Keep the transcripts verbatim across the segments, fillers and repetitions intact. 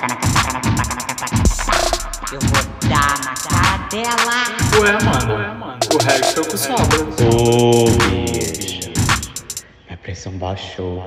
Eu vou dar na cara dela. Ué, mano, Ué, mano. O resto é o que sobra. Ô, bicho. A pressão baixou.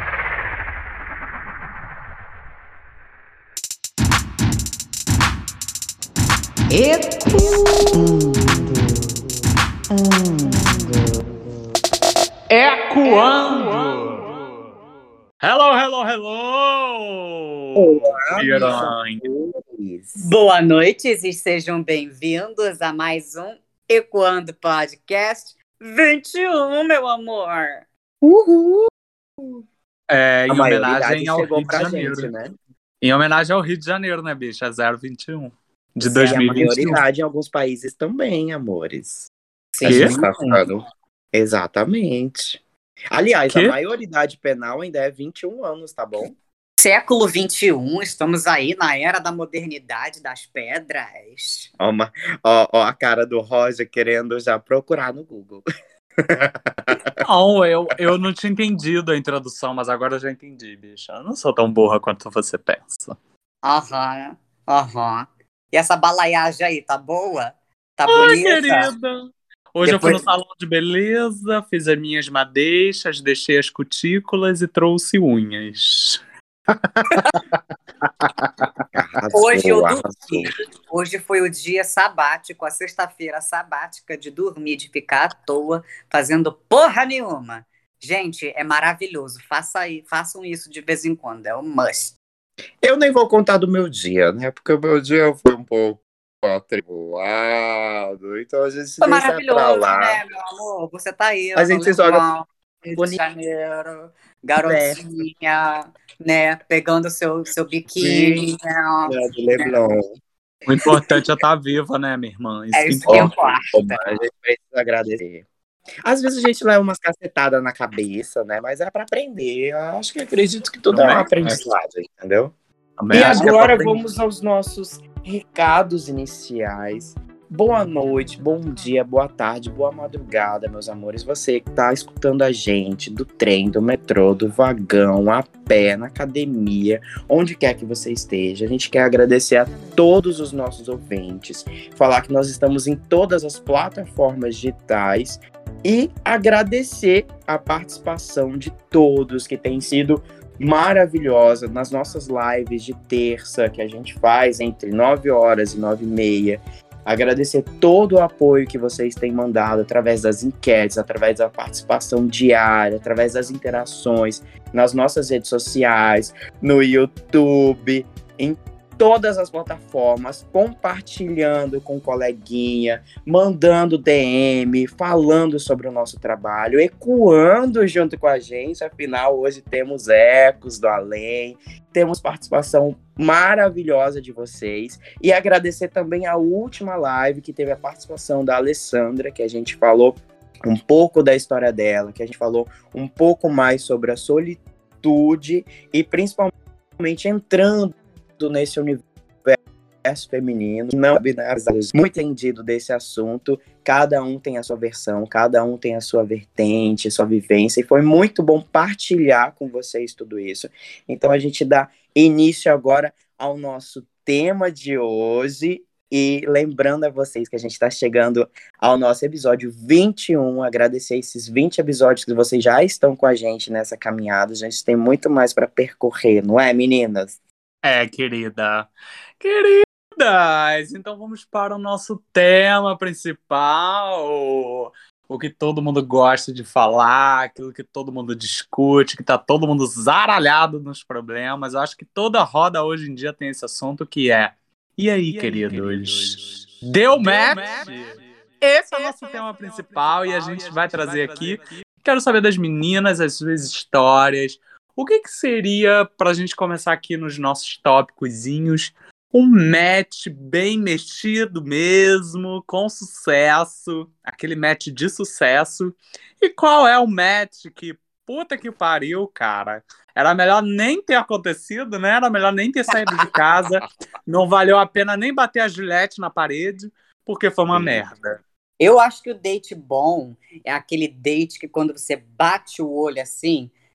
Ecoando! Hello, hello, hello! Olá, Piranha. Boa noite e sejam bem-vindos a mais um Ecoando Podcast vinte e um, meu amor. Uhul! É, em A homenagem maioridade ao chegou Rio de pra Janeiro. gente, né? Em homenagem ao Rio de Janeiro, né, bicho? É zero vinte e um. De Sim, dois a mil e vinte e um. maioridade em alguns países também, amores. Sim. A gente tá falando. Exatamente. Aliás, Que? a maioridade penal ainda é vinte e um anos, tá bom? Século vinte e um, estamos aí na era da modernidade das pedras. Ó, uma- ó, ó a cara do Roger querendo já procurar no Google. Não, eu, eu não tinha entendido a introdução, mas agora eu já entendi, bicho. Eu não sou tão burra quanto você pensa. Aham, aham. E essa balaiagem aí, tá boa? Tá Ai, bonita? querida. Hoje eu fui no Depois- salão de beleza, fiz as minhas madeixas, deixei as cutículas e trouxe unhas. Arrasou, Hoje eu arrasou. dormi. Hoje foi o dia sabático, a sexta-feira sabática de dormir, de ficar à toa, fazendo porra nenhuma. Gente, é maravilhoso. Faça aí, façam isso de vez em quando, é um must. Eu nem vou contar do meu dia, né? Porque o meu dia foi um pouco atribulado. Então a gente Foi deixa pra maravilhoso, lá. né, meu amor? Você tá aí, A no gente Leblon, joga Rio de bonito. Janeiro, garotinha, né? Pegando seu, seu biquíni. né, do Leblon. O importante é estar viva, né, minha irmã? Isso É que isso que importa. importa. A gente precisa agradecer. Às vezes a gente leva umas cacetadas na cabeça, né? Mas é pra aprender. Eu acho que acredito que tudo é um Também aprendizado, entendeu? Também E acho que é agora pra- vamos aos nossos recados iniciais. Boa noite, bom dia, boa tarde, boa madrugada, meus amores. Você que tá escutando a gente do trem, do metrô, do vagão, a pé, na academia, onde quer que você esteja. A gente quer agradecer a todos os nossos ouvintes, falar que nós estamos em todas as plataformas digitais e agradecer a participação de todos que tem sido maravilhosa nas nossas lives de terça que a gente faz entre nove horas e nove e meia. Agradecer todo o apoio que vocês têm mandado através das enquetes, através da participação diária, através das interações nas nossas redes sociais, no YouTube, em todas as plataformas, compartilhando com o coleguinha, mandando D M, falando sobre o nosso trabalho, ecoando junto com a gente. Afinal, hoje temos ecos do além, temos participação maravilhosa de vocês. E agradecer também a última live que teve a participação da Alessandra, que a gente falou um pouco da história dela, que a gente falou um pouco mais sobre a solitude e principalmente entrando nesse universo feminino, não muito entendido desse assunto. Cada um tem a sua versão, cada um tem a sua vertente, sua vivência, e foi muito bom partilhar com vocês tudo isso. Então a gente dá início agora ao nosso tema de hoje, e lembrando a vocês que a gente está chegando ao nosso episódio vinte e um, agradecer esses vinte episódios que vocês já estão com a gente nessa caminhada. A gente tem muito mais para percorrer, não é, meninas? É, querida. Queridas, então vamos para o nosso tema principal. O que todo mundo gosta de falar, aquilo que todo mundo discute, que tá todo mundo zaralhado nos problemas. Eu acho que toda roda hoje em dia tem esse assunto que é: e aí, queridos? Deu match? Esse é o nosso tema principal e a gente vai trazer aqui. Quero saber das meninas, as suas histórias. O que, que seria, pra gente começar aqui nos nossos tópicozinhos, um match bem mexido mesmo, com sucesso, aquele match de sucesso? E qual é o match que, puta que pariu, cara, era melhor nem ter acontecido, né? Era melhor nem ter saído de casa, não valeu a pena nem bater a Juliette na parede, porque foi uma Sim. merda. Eu acho que o date bom é aquele date que quando você bate o olho assim,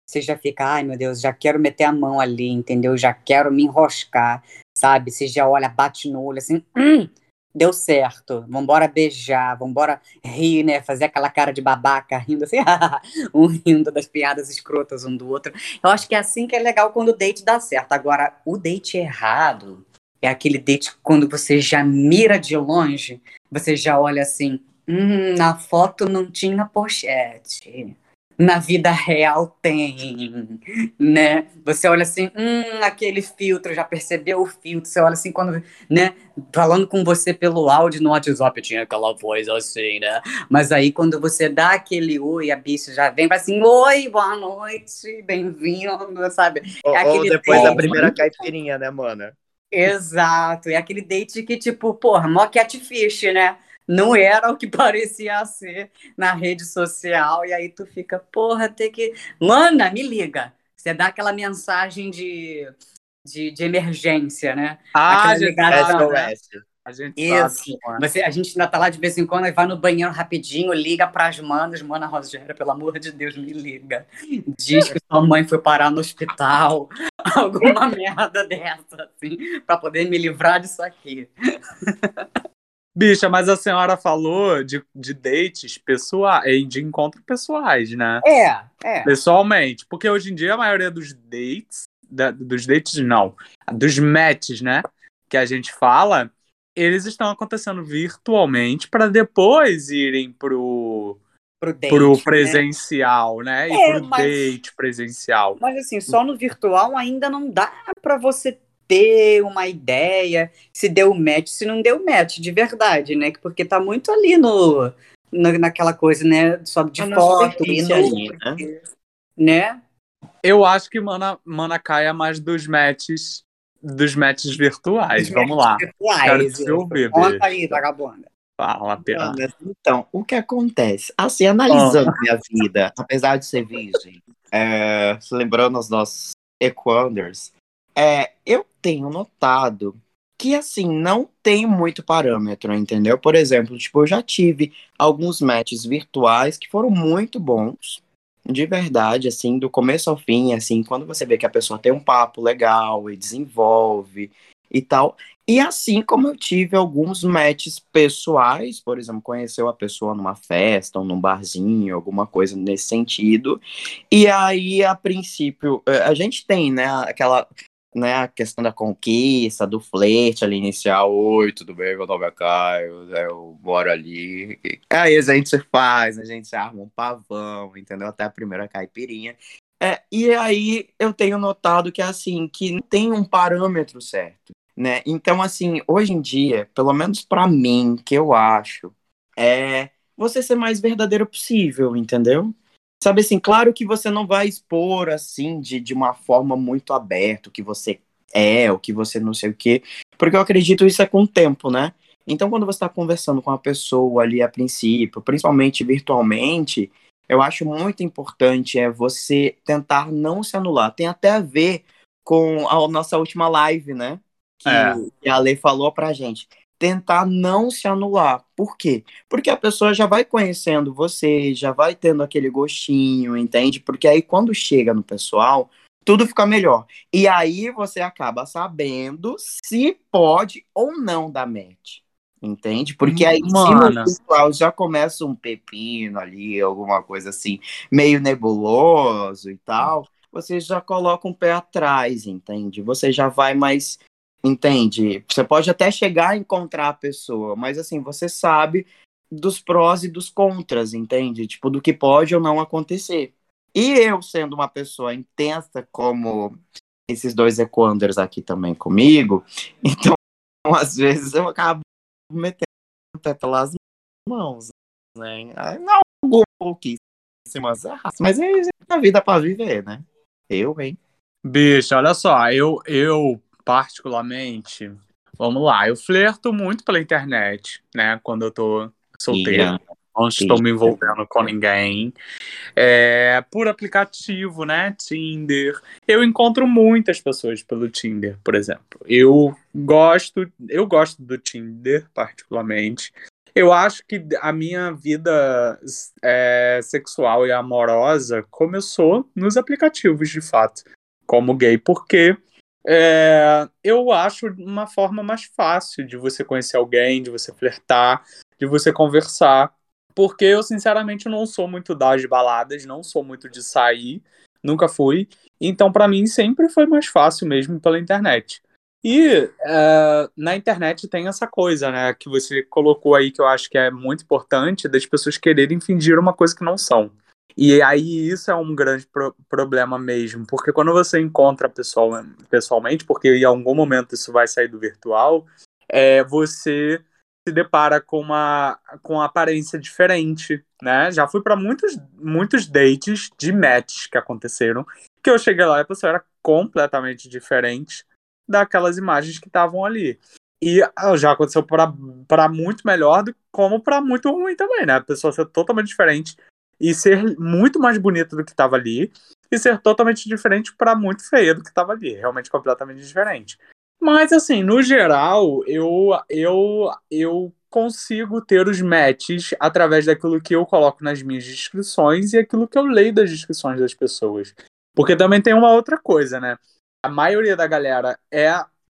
você já fica, ai meu Deus, já quero meter a mão ali, entendeu? Já quero me enroscar, sabe? Você já olha, bate no olho assim, hum, deu certo, vambora beijar, vambora rir, né? Fazer aquela cara de babaca, rindo assim, um rindo das piadas escrotas um do outro. Eu acho que é assim que é legal quando o date dá certo. Agora, o date errado é aquele date quando você já mira de longe, você já olha assim, hum, na foto não tinha pochete. Na vida real tem, né? Você olha assim, hum, aquele filtro, já percebeu o filtro? Você olha assim quando, né? Falando com você pelo áudio no WhatsApp, tinha aquela voz assim, né? Mas aí quando você dá aquele oi, a bicha já vem, vai assim, oi, boa noite, bem-vindo, sabe? É Ou, ou aquele depois da date. primeira caipirinha, né, mana? Exato, é aquele date que, tipo, porra, mó catfish, né? Não era o que parecia ser na rede social, e aí tu fica, porra, tem que. Mana, me liga. Você dá aquela mensagem de, de, de emergência, né? Ah, a Aquela gente sabe, ligação. né? S O S. A gente sabe Isso. como é. Você, a gente ainda tá lá de vez em quando, aí vai no banheiro rapidinho, liga pras manas, mana Rogéria, pelo amor de Deus, me liga. Diz que sua mãe foi parar no hospital, alguma merda dessa, assim, pra poder me livrar disso aqui. Bicha, mas a senhora falou de, de dates pessoais, de encontros pessoais, né? É, é. Pessoalmente. Porque hoje em dia a maioria dos dates, da- dos dates não, dos matches, né? Que a gente fala, eles estão acontecendo virtualmente para depois irem pro, Pro pro date, né? presencial, né? E É, pro mas, date presencial. mas assim, só no virtual ainda não dá pra você ter uma ideia se deu match, se não deu match, de verdade, né? Porque tá muito ali no, no- naquela coisa, né? Só de Tá na foto e superfície no, ali, né? né? Eu acho que Mana, Mana caia mais dos matches, dos matches virtuais. Os Vamos matches lá. Quero virtuais, te isso. ouvir, Conta beijo. aí, vagabunda. Fala, Pilar. Ana, então, o que acontece? Assim, Ah. analisando minha vida, apesar de ser virgem, é, se lembrando os nossos equanders, é, eu tenho notado que, assim, não tem muito parâmetro, entendeu? Por exemplo, tipo, eu já tive alguns matches virtuais que foram muito bons, de verdade, assim, do começo ao fim, assim, quando você vê que a pessoa tem um papo legal e desenvolve e tal. E assim como eu tive alguns matches pessoais, por exemplo, conheceu a pessoa numa festa ou num barzinho, alguma coisa nesse sentido. E aí, a princípio, eh, a gente tem, né, aquela, né, a questão da conquista, do flerte ali inicial. Oi, tudo bem? Meu nome é Caio, eu moro ali. Aí a gente se faz, a gente se arma um pavão, entendeu? Até a primeira caipirinha. É, e aí eu tenho notado que, assim, que não tem um parâmetro certo, né? Então, assim, hoje em dia, pelo menos pra mim, que eu acho, é você ser mais verdadeiro possível, entendeu? Sabe assim, claro que você não vai expor assim de, de uma forma muito aberta o que você é, o que você não sei o quê, porque eu acredito isso é com o tempo, né? Então, quando você está conversando com a pessoa ali a princípio, principalmente virtualmente, eu acho muito importante é você tentar não se anular. Tem até a ver com a nossa última live, né? Que, É. que a Lei falou pra gente. Tentar não se anular. Por quê? Porque a pessoa já vai conhecendo você, já vai tendo aquele gostinho, entende? Porque aí quando chega no pessoal, tudo fica melhor. E aí você acaba sabendo se pode ou não dar match. Entende? Porque aí, se no Mana, virtual já começa um pepino ali, alguma coisa assim, meio nebuloso e tal, você já coloca um pé atrás, entende? Você já vai mais. Entende? Você pode até chegar a encontrar a pessoa, mas assim, você sabe dos prós e dos contras, entende? Tipo, do que pode ou não acontecer. E eu, sendo uma pessoa intensa como esses dois equanders aqui também comigo, então, às vezes eu acabo metendo até pelas mãos, né? Não algumas pouquíssimas erradas, mas é a vida pra viver, né? Eu, hein? bicho, olha só, eu, eu particularmente, vamos lá, eu flerto muito pela internet, né? Quando eu tô solteiro, Ia, não estou me envolvendo com ninguém. É, por aplicativo, né? Tinder. Eu encontro muitas pessoas pelo Tinder, por exemplo. Eu gosto, eu gosto do Tinder, particularmente. Eu acho que a minha vida é, sexual e amorosa começou nos aplicativos, de fato, como gay, porque é, eu acho uma forma mais fácil de você conhecer alguém, de você flertar, de você conversar, porque eu, sinceramente, não sou muito das baladas, não sou muito de sair, nunca fui, então, pra mim, sempre foi mais fácil mesmo pela internet. E uh, na internet tem essa coisa, né, que você colocou aí, que eu acho que é muito importante, das pessoas quererem fingir uma coisa que não são. E aí isso é um grande pro- problema mesmo, porque quando você encontra a pessoa pessoalmente, porque em algum momento isso vai sair do virtual, é, você se depara com uma, com uma aparência diferente, né? Já fui para muitos, muitos dates de matches que aconteceram, que eu cheguei lá e a pessoa era completamente diferente daquelas imagens que estavam ali. E ah, já aconteceu para muito melhor, do, como para muito ruim também, né? A pessoa ser totalmente diferente e ser muito mais bonita do que estava ali, e ser totalmente diferente para muito feia do que estava ali, realmente completamente diferente. Mas assim, no geral, eu eu eu consigo ter os matches através daquilo que eu coloco nas minhas descrições e aquilo que eu leio das descrições das pessoas. Porque também tem uma outra coisa, né? A maioria da galera é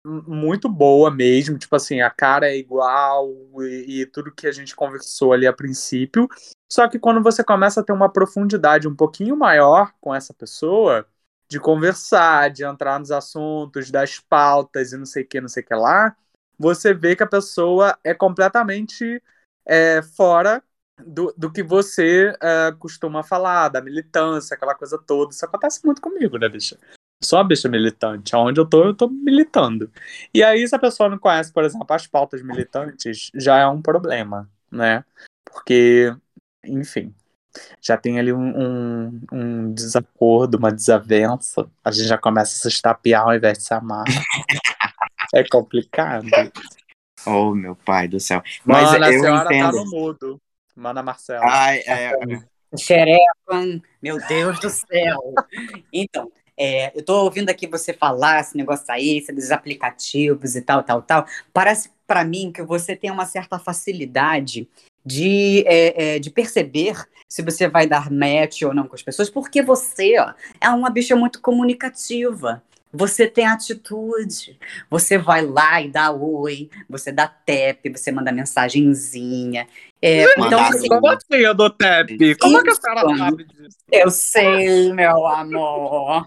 muito boa mesmo, tipo assim, a cara é igual e, e tudo que a gente conversou ali a princípio. Só que quando você começa a ter uma profundidade um pouquinho maior com essa pessoa, de conversar, de entrar nos assuntos, das pautas e não sei o que, não sei o que lá, você vê que a pessoa é completamente é, fora do, do que você é, costuma falar, da militância, aquela coisa toda. Isso acontece muito comigo, né, bicha? Sou uma bicha militante. Onde eu tô, eu tô militando. E aí, se a pessoa não conhece, por exemplo, as pautas militantes, já é um problema, né? Porque, enfim, já tem ali um, um, um desacordo, uma desavença. A gente já começa a se estapear ao invés de se amar. É complicado. Oh, meu pai do céu. Mas Mano, a eu senhora tá entendo. no mudo. Mana Marcela. Ai, é, Xerepa, meu Deus do céu. Então, é, eu tô ouvindo aqui você falar esse negócio aí, esse dos aplicativos e tal, tal, tal. Parece pra mim que você tem uma certa facilidade de, é, é, de perceber se você vai dar match ou não com as pessoas, porque você, ó, é uma bicha muito comunicativa. Você tem atitude. Você vai lá e dá oi, você dá tap, você manda mensagenzinha. É, então, mandar assim, Como nude. assim, eu dou tap? Como é que a isso. senhora sabe disso? Eu sei, meu amor.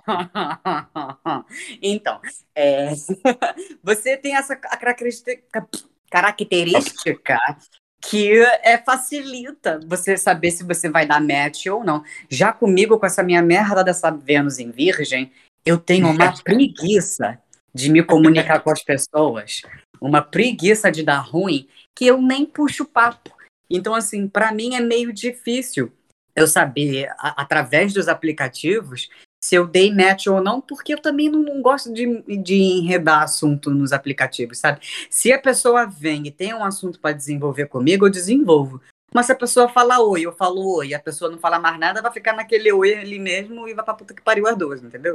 Então, é, você tem essa característica, característica que é, facilita você saber se você vai dar match ou não. Já comigo, com essa minha merda dessa Vênus em Virgem, eu tenho uma preguiça de me comunicar com as pessoas, uma preguiça de dar ruim, que eu nem puxo papo. Então, assim, para mim é meio difícil eu saber, a- através dos aplicativos, se eu dei match ou não, porque eu também não, não gosto de, de enredar assunto nos aplicativos, sabe? Se a pessoa vem e tem um assunto para desenvolver comigo, eu desenvolvo. Mas se a pessoa fala oi, eu falo oi, e a pessoa não fala mais nada, vai ficar naquele oi ali mesmo e vai pra puta que pariu as duas, entendeu?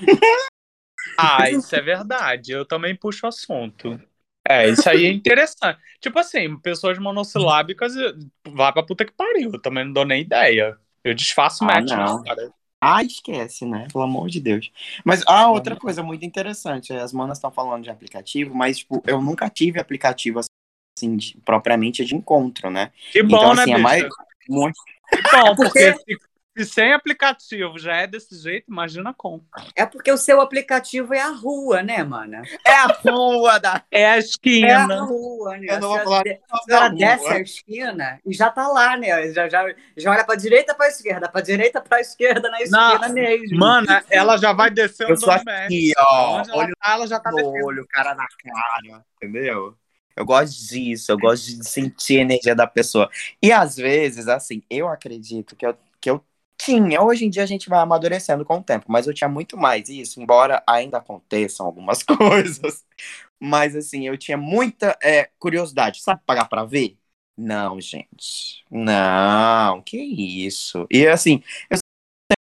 Ah, isso é verdade. Eu também puxo assunto. É, isso aí é interessante. Tipo assim, pessoas monossilábicas, eh, vai pra puta que pariu. Eu também não dou nem ideia. Eu desfaço Ah, match na não. hora. Ah, esquece, né? Pelo amor de Deus. Mas, ah, outra coisa muito interessante. As manas estão falando de aplicativo, mas, tipo, eu nunca tive aplicativo, assim, de- propriamente de encontro, né? Que Então, bom, né, assim, a mais... bicha? Que bom, porque se, se sem aplicativo já é desse jeito, imagina com. É porque o seu aplicativo é a rua, né, mana? É a rua da... É a É a esquina. rua, né? Eu A não vou senhora, falar de- o a nome da senhora desce rua. a esquina e já tá lá, né? Já, já, já olha pra direita, pra esquerda, pra direita, pra esquerda, na Na, esquina mesmo. mana, ela já vai Eu descendo sou dando match. aqui, ó. Onde ela Olho tá, ela já tá no descendo. olho, cara na cara, entendeu? Eu gosto disso, eu gosto de sentir a energia da pessoa. E às vezes, assim, eu acredito que eu, que eu tinha, hoje em dia a gente vai amadurecendo com o tempo, mas eu tinha muito mais isso, embora ainda aconteçam algumas coisas. Mas assim, eu tinha muita é, curiosidade. Sabe pagar pra ver? Não, gente. Não, que isso. E assim, eu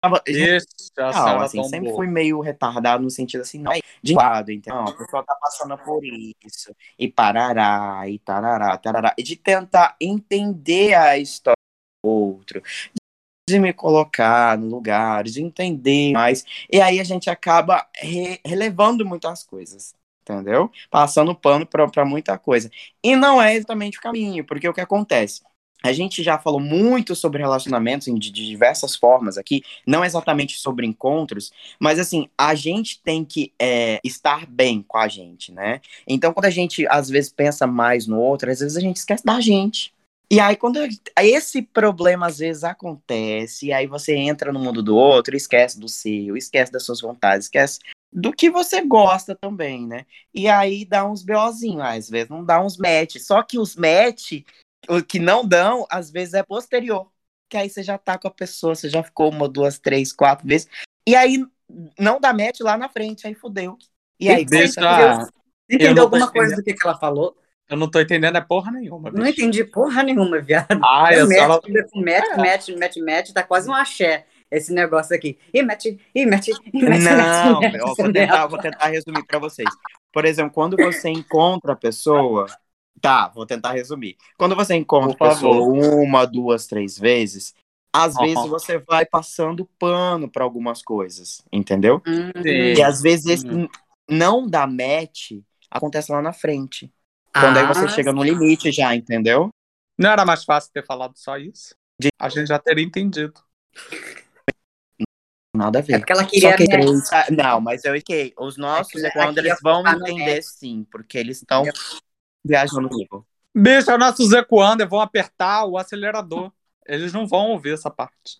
Deixa a Não, senhora assim, sempre tombou. fui meio retardado no sentido assim, não é de lado, então, a pessoa tá passando por isso, e parará, e tarará, tarará, e de tentar entender a história do outro, de me colocar no lugar, de entender mais, e aí a gente acaba re- relevando muitas coisas, entendeu? Passando pano pra, pra muita coisa. E não é exatamente o caminho, porque o que acontece? A gente já falou muito sobre relacionamentos de, de diversas formas aqui, não exatamente sobre encontros, mas assim, a gente tem que é, estar bem com a gente, né? Então, quando a gente às vezes pensa mais no outro, às vezes a gente esquece da gente. E aí, quando esse problema às vezes acontece, e aí você entra no mundo do outro, esquece do seu, esquece das suas vontades, esquece do que você gosta também, né? E aí dá uns BOzinhos, às vezes não dá uns match. Só que os match, o que não dão, às vezes é posterior. Que aí você já tá com a pessoa, você já ficou uma, duas, três, quatro vezes. E aí não dá match lá na frente, aí fudeu. E Que aí que você começa entendeu? Deixa. aquele. Você Eu entendeu não tô alguma coisa entendendo. do que, que ela falou? Eu não tô entendendo é porra nenhuma, Não bicho. entendi porra nenhuma, viado. Ai, É a match, senhora. match, É. match, match, match, tá quase um axé esse negócio aqui. E match, e match, e match, match, Não, match, ó, vou tentar, vou tentar resumir para vocês. Por exemplo, quando você encontra a pessoa, tá, vou tentar resumir. Quando você encontra Por a pessoa favor. uma, duas, três vezes, às vezes Aham. você vai passando pano para algumas coisas, entendeu? E Sim. Hum. às vezes esse Hum. não dá match acontece lá na frente. Quando aí você Ah, chega no limite já, entendeu? Não era mais fácil ter falado só isso? De A gente já teria entendido. nada a é ver. porque ela Só queria que match. três. Ah, não, mas eu ok. Os É nossos que é ela quando eles queria vão focar no entender match. sim, porque eles estão viajando comigo. Bicho, nossos Equander vão apertar o acelerador. Eles não vão ouvir essa parte.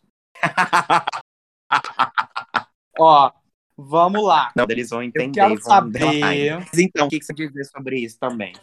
Ó, vamos lá. Não, eles vão Eu entender, quero vão relatar. saber. Mas então, o que que você dizer sobre isso também?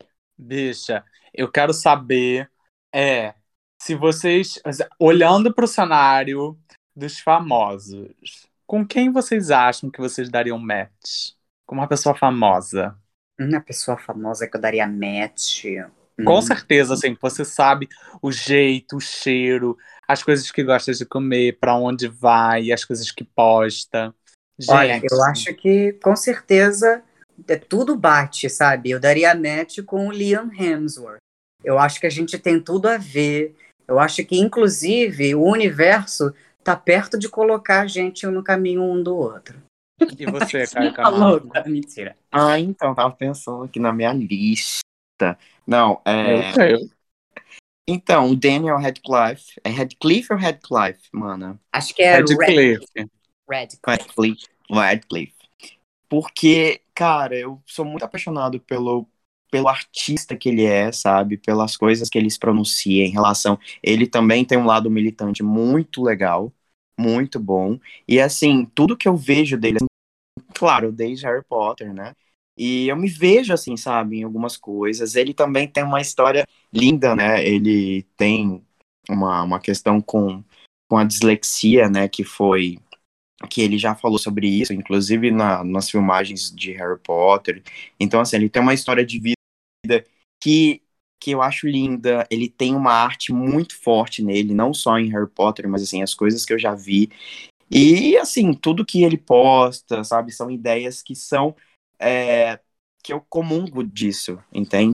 Bicha, eu quero saber é se vocês, olhando para o cenário dos famosos, com quem vocês acham que vocês dariam match? Com uma pessoa famosa. Uma pessoa famosa que eu daria match. Com Hum. certeza, assim, você sabe o jeito, o cheiro, as coisas que gosta de comer, para onde vai, as coisas que posta. Olha, Gente, eu acho que com certeza é, tudo bate, sabe? Eu daria match com o Liam Hemsworth. Eu acho que a gente tem tudo a ver. Eu acho que, inclusive, o universo tá perto de colocar a gente no caminho um do outro. e você, Caio Tá Camargo? louca? Mentira. Ah, então, tava pensando aqui na minha lista. Não, Meu é. Deus. Então, o Daniel Radcliffe. É Radcliffe ou Radcliffe, mano? Acho que é Red. Radcliffe. Red. Radcliffe. Radcliffe. Porque, cara, eu sou muito apaixonado pelo, pelo artista que ele é, sabe? Pelas coisas que ele se pronuncia em relação. Ele também tem um lado militante muito legal, muito bom. E, assim, tudo que eu vejo dele, assim, claro, desde Harry Potter, né? E eu me vejo, assim, sabe, em algumas coisas. Ele também tem uma história linda, né? Ele tem uma, uma questão com, com a dislexia, né? Que foi que ele já falou sobre isso, inclusive na, nas filmagens de Harry Potter. Então, assim, ele tem uma história de vida que, que eu acho linda. Ele tem uma arte muito forte nele, não só em Harry Potter, mas, assim, as coisas que eu já vi. E, assim, tudo que ele posta, sabe, são ideias que são, é, que eu comungo disso, entende?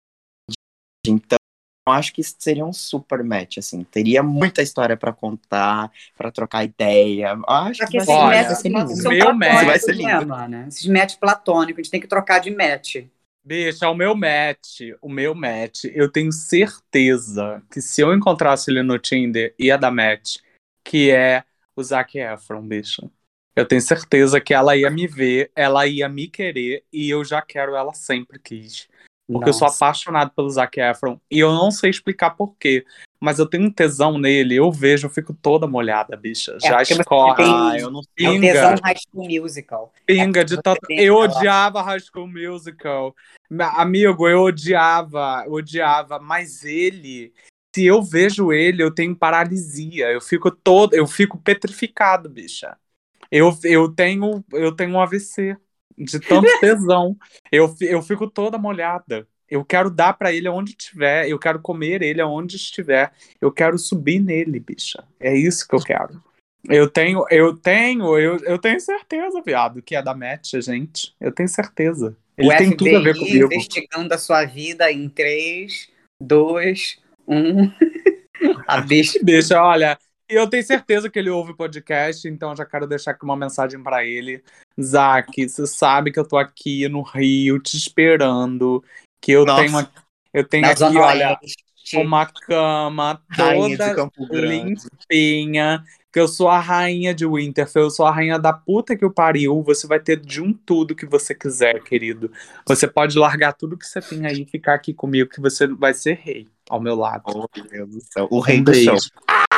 Então, eu acho que seria um super match, assim. Teria muita história pra contar, pra trocar ideia. Eu acho Só que que vai esses ser, vai Olha, matches ser lindo. o são meu match, Vai ser platônicos, né, lindo. mano? Esses match platônicos, a gente tem que trocar de match. bicho, é o meu match. O meu match. Eu tenho certeza que se eu encontrasse ele no Tinder, ia dar match. Que é o Zac Efron, bicho. Eu tenho certeza que ela ia me ver, ela ia me querer e eu já quero ela sempre quis. Porque eu sou Nossa. apaixonado pelo Zac Efron e eu não sei explicar por quê. Mas eu tenho um tesão nele, eu vejo, eu fico toda molhada, bicha. É Já porque você escorre, tem. Ah, eu não É o pinga, tesão High School Musical. É pinga porque de você tanto. tem Eu aquela. odiava High School Musical. Ma- Amigo, eu odiava, eu odiava, mas ele, se eu vejo ele, eu tenho paralisia. Eu fico todo, eu fico petrificado, bicha. Eu, eu tenho, eu tenho um A V C de tanto tesão. Eu, fi- eu fico toda molhada. Eu quero dar pra ele aonde estiver. Eu quero comer ele aonde estiver. Eu quero subir nele, bicha. É isso que eu quero. Eu tenho, eu tenho, eu, eu tenho certeza, viado, que é da match, gente. Eu tenho certeza. O Ele tem tudo a ver F B I comigo. investigando a sua vida em três, dois, um. A bicha. Deixa, olha, eu tenho certeza que ele ouve o podcast, então já quero deixar aqui uma mensagem pra ele. Zac, você sabe que eu tô aqui no Rio te esperando, que eu Nossa. tenho, aqui- eu tenho Na aqui, Zona olha, Oeste. uma cama Rainha de toda Campo Grande. limpinha, que eu sou a rainha de Winterfell, eu sou a rainha da puta que o pariu, você vai ter de um tudo que você quiser, querido. Você pode largar tudo que você tem aí e ficar aqui comigo, que você vai ser rei ao meu lado. Oh, meu Deus do céu. O rei Um do show. beijo.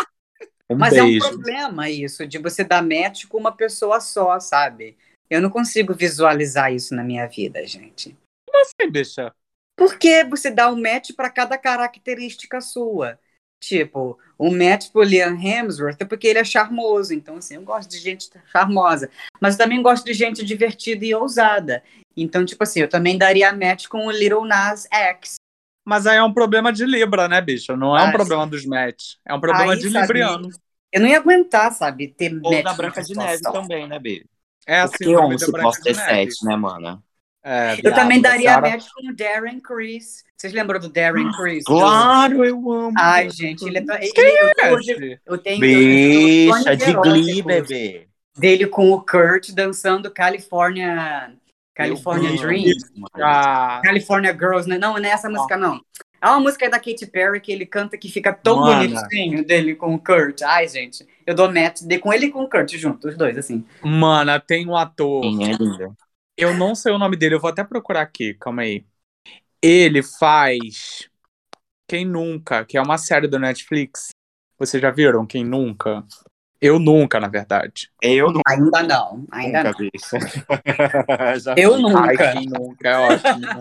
Um Mas é um beijo. problema isso, de você dar match com uma pessoa só, sabe? Eu não consigo visualizar isso na minha vida, gente. Assim, bicha. Por que você dá um match para cada característica sua? Tipo, um match pro Liam Hemsworth é porque ele é charmoso. Então, assim, eu gosto de gente charmosa. Mas eu também gosto de gente divertida e ousada. Então, tipo assim, eu também daria match com o Lil Nas X. Mas aí é um problema de Libra, né, bicha? Não é um Ah, problema dos match. É um problema Aí, de sabe, Libriano. eu não ia aguentar, sabe, ter Ou match da com Branca uma de pessoa Neve só. também, né, B? É a Porque síndrome um da se Branca possa de ter Neve. sete, né, mana? É, Eu viado, também a daria senhora... match com o Darren Criss. Vocês lembram do Darren Criss? Do... Claro, eu amo. Ai, gente, ele é tão... ele, eu, tenho hoje, Esse? eu tenho eu, eu tenho Bicha, sonhos de Glee, eróticos bebê. dele com o Kurt dançando California, Eu California amo. Dreams. Ah, California Girls, né? Não, não é essa música, não. É uma música da Katy Perry que ele canta que fica tão Mana. bonitinho dele com o Kurt. Ai, gente, eu dou match de, com ele e com o Kurt junto, os dois, assim. mana, tem um ator. Sim, é linda. Eu não sei o nome dele, eu vou até procurar aqui, calma aí. Ele faz Quem Nunca, que é uma série do Netflix. Vocês já viram Quem Nunca? Eu nunca, na verdade. Eu nunca, Ainda não, ainda não. bicha. Já Eu vi. nunca. Ai, Quem Nunca, é ótimo.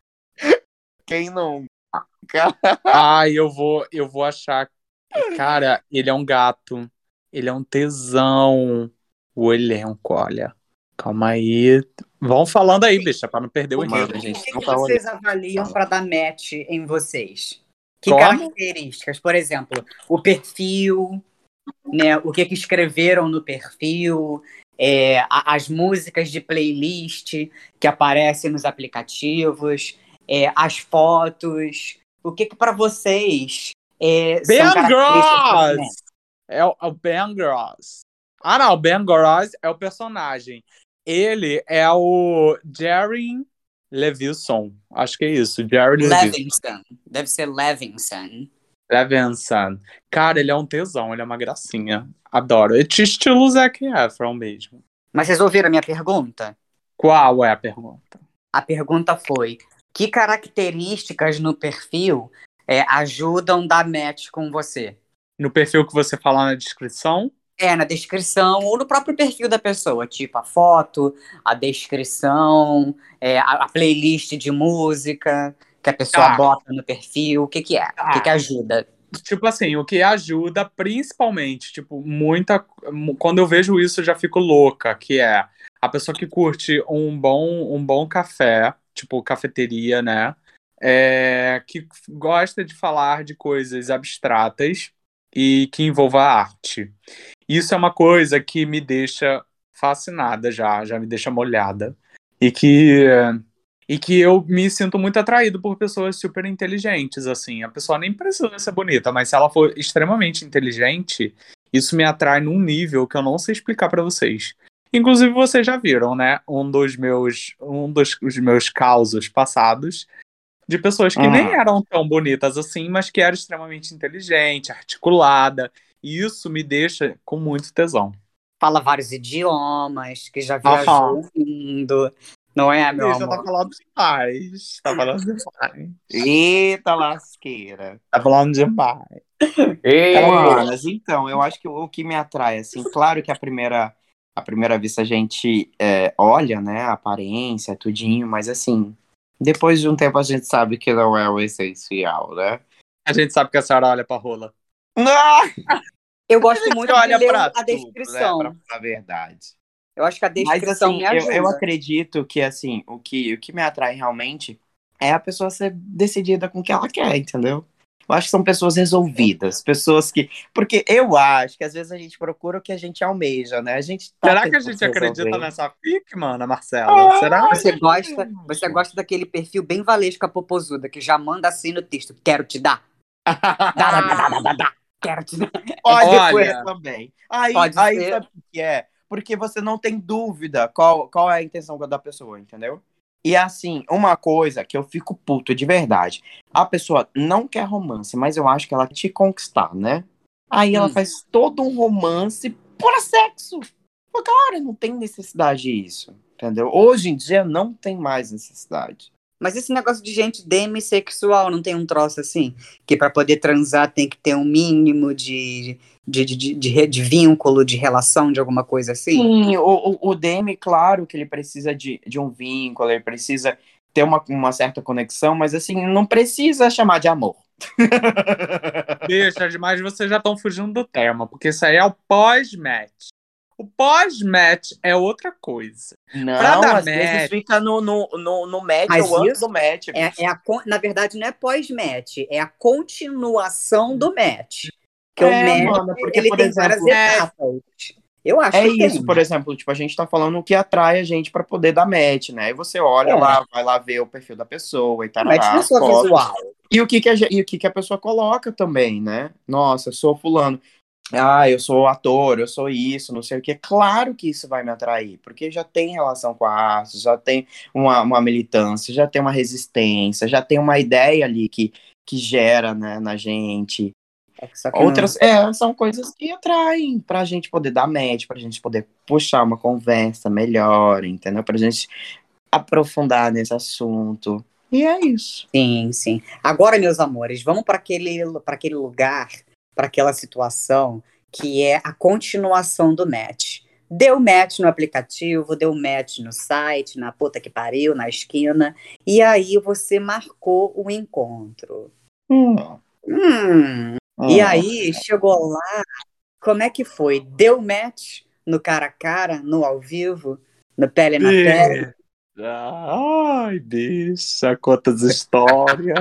Quem nunca? Ai, eu vou, eu vou achar. Cara, ele é um gato. Ele é um tesão. O elenco, olha. Calma aí. Vão falando aí, bicha, pra não perder o O que, enredo. Mano, o gente, que, não que tá vocês avaliam para dar match em vocês? Que Como? características? Por exemplo, o perfil, né? O que, que escreveram no perfil, é, a- as músicas de playlist que aparecem nos aplicativos, é, as fotos. O que, que para vocês é, são Ben características pra dar match? Gross! É o, é o Ben Gross. Ah, não, o Ben Gross é o personagem. Ele é o Jerry Levinson. Acho que é isso, Jerry Levinson. Levinson. Deve ser Levinson. Levinson. Cara, ele é um tesão, ele é uma gracinha. Adoro. É de estilo Zac Efron mesmo. Mas vocês ouviram a minha pergunta? Qual é a pergunta? A pergunta foi: que características no perfil é, ajudam a dar match com você? No perfil que você fala na descrição? É, na descrição ou no próprio perfil da pessoa, tipo a foto, a descrição, é, a, a playlist de música que a pessoa Tá. bota no perfil, o que que é? O que que Tá. ajuda? Tipo assim, o que ajuda principalmente, tipo, muita. Quando eu vejo isso, eu já fico louca, que é a pessoa que curte um bom, um bom café, tipo cafeteria, né? É, que gosta de falar de coisas abstratas e que envolva arte. Isso é uma coisa que me deixa fascinada já, já me deixa molhada. E que e que eu me sinto muito atraído por pessoas super inteligentes, assim. A pessoa nem precisa ser bonita, mas se ela for extremamente inteligente, isso me atrai num nível que eu não sei explicar pra vocês. Inclusive, vocês já viram, né? Um dos meus, um dos os meus causos passados de pessoas que nem Uhum. eram tão bonitas assim, mas que eram extremamente inteligente, articulada. E isso me deixa com muito tesão. Fala vários idiomas, que já viajou o mundo, não é, meu Deixa, tá amor? falando demais. Tá falando demais. Eita lasqueira. Tá falando demais. Ei, Manas, então, eu acho que o que me atrai, assim, claro que a primeira, a primeira vista a gente é, olha, né, a aparência, tudinho, mas assim, depois de um tempo a gente sabe que não é o essencial, né? A gente sabe que a senhora olha pra rola. Não! eu gosto muito de Olha ler pra a tudo, descrição. né, pra falar a verdade. Eu acho que a Mas descrição assim, me eu, ajuda. eu acredito que, assim, o que, o que me atrai realmente é a pessoa ser decidida com o que ela quer, entendeu? Eu acho que são pessoas resolvidas, pessoas que... Porque eu acho que às vezes a gente procura o que a gente almeja, né? A gente tá Será que a tentando gente acredita resolver. nessa fic, mana, Marcela? Será? Você gosta, você gosta daquele perfil bem valesca popozuda, que já manda assim no texto, quero te dar. Dá, dá, dá, dá, dá, dá. Quero te dar. Pode Olha, ser também. Aí, Pode aí ser. sabe o que é? Porque você não tem dúvida qual, qual é a intenção da pessoa, entendeu? E assim, uma coisa que eu fico puto de verdade. A pessoa não quer romance, mas eu acho que ela quer te conquistar, né? Aí ela Hum. faz todo um romance por sexo. Pô, cara, não tem necessidade disso, entendeu? Hoje em dia não tem mais necessidade. Mas esse negócio de gente demissexual não tem um troço assim? Que pra poder transar tem que ter um mínimo de, de, de, de, de, re- de vínculo, de relação, de alguma coisa assim? Sim, o, o, o Demi, claro que ele precisa de, de um vínculo, ele precisa ter uma, uma certa conexão, mas assim, não precisa chamar de amor. deixa demais, vocês já estão fugindo do tema, porque isso aí é o pós-match. O pós-match é outra coisa. Pra Não, dar às vezes match, fica no, no, no, no match Mas ou antes isso do match, é, bicho. é a, con- na verdade, não é pós-match, é a continuação do match. Que o É, match, mano, porque, ele por tem várias exemplo, etapas. Eu acho é que isso, tem. por exemplo, tipo, a gente tá falando o que atrai a gente pra poder dar match, né? Aí você olha É, lá, vai lá ver o perfil da pessoa e o match tarará, não é as só fotos. visual. E o que que a, ge- e o que que a pessoa coloca também, né? Nossa, eu sou fulano. Ah, eu sou ator, eu sou isso, não sei o que. Claro que isso vai me atrair, porque já tem relação com a arte, já tem uma, uma militância, já tem uma resistência, já tem uma ideia ali que, que gera, né, na gente. É que só que não. Outras, é, são coisas que atraem pra gente poder dar match, pra gente poder puxar uma conversa melhor, entendeu? Pra gente aprofundar nesse assunto. E é isso. Sim, sim. Agora, meus amores, vamos para aquele, para aquele lugar, para aquela situação que é a continuação do match. Deu match no aplicativo, deu match no site, na puta que pariu, na esquina, e aí você marcou o encontro. Hum, Hum, e hum. aí chegou lá, como é que foi? Deu match no cara a cara, no ao vivo, no pele na pele? ai, bicha, quantas histórias.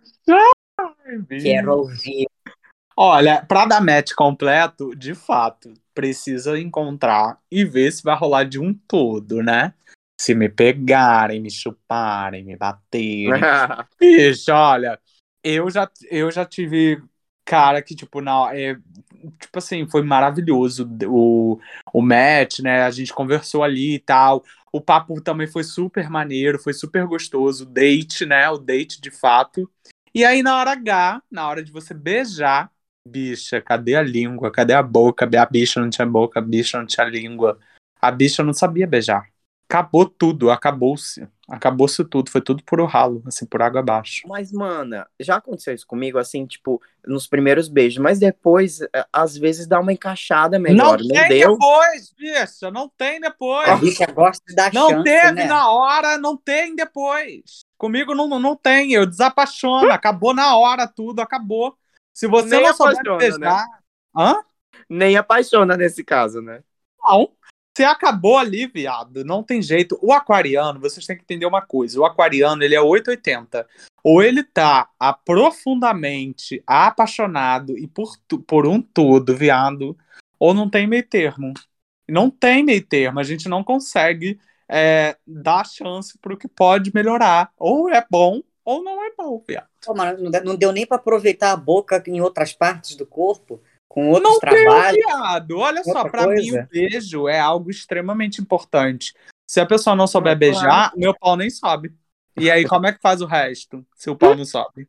Ai, Quero bicho. ouvir. Olha, pra dar match completo, de fato, precisa encontrar e ver se vai rolar de um todo, né? Se me pegarem, me chuparem, me baterem. Bicho, olha, eu já, eu já tive cara que, tipo, não, é, tipo assim, foi maravilhoso o, o match, né? A gente conversou ali e tal. O papo também foi super maneiro, foi super gostoso. O date, né? O date de fato. E aí, na hora H, na hora de você beijar, bicha, cadê a língua? Cadê a boca? A bicha não tinha boca, a bicha não tinha língua. A bicha não sabia beijar. Acabou tudo, acabou-se. Acabou-se tudo, foi tudo por o ralo, assim, por água abaixo. Mas, mana, já aconteceu isso comigo, assim, tipo, nos primeiros beijos, mas depois, é, às vezes, dá uma encaixada melhor. Não Não tem deu? depois, bicha, não tem A depois. bicha gosta de dar Não chance, teve né? na hora, não tem depois. Comigo não, não tem, eu desapaixono, acabou na hora tudo, acabou. Se você Nem não souber apaixona, né? beijar... Hã? Nem apaixona nesse caso, né? Não. Você acabou ali, viado. Não tem jeito. O aquariano, vocês têm que entender uma coisa. O aquariano, ele é oitocentos e oitenta. Ou ele tá profundamente apaixonado e por, tu- por um todo, viado, ou não tem meio termo. Não tem meio termo. A gente não consegue é, dar chance pro que pode melhorar. Ou é bom, ou não é bom, viado. Pô, mano, não de- não deu nem pra aproveitar a boca em outras partes do corpo, com outros Não deu, trabalhos, viado. Olha só, outra pra mim o coisa. beijo é algo extremamente importante. Se a pessoa não souber É, beijar, meu pau nem sobe. E aí, como é que faz o resto, se o pau não sobe?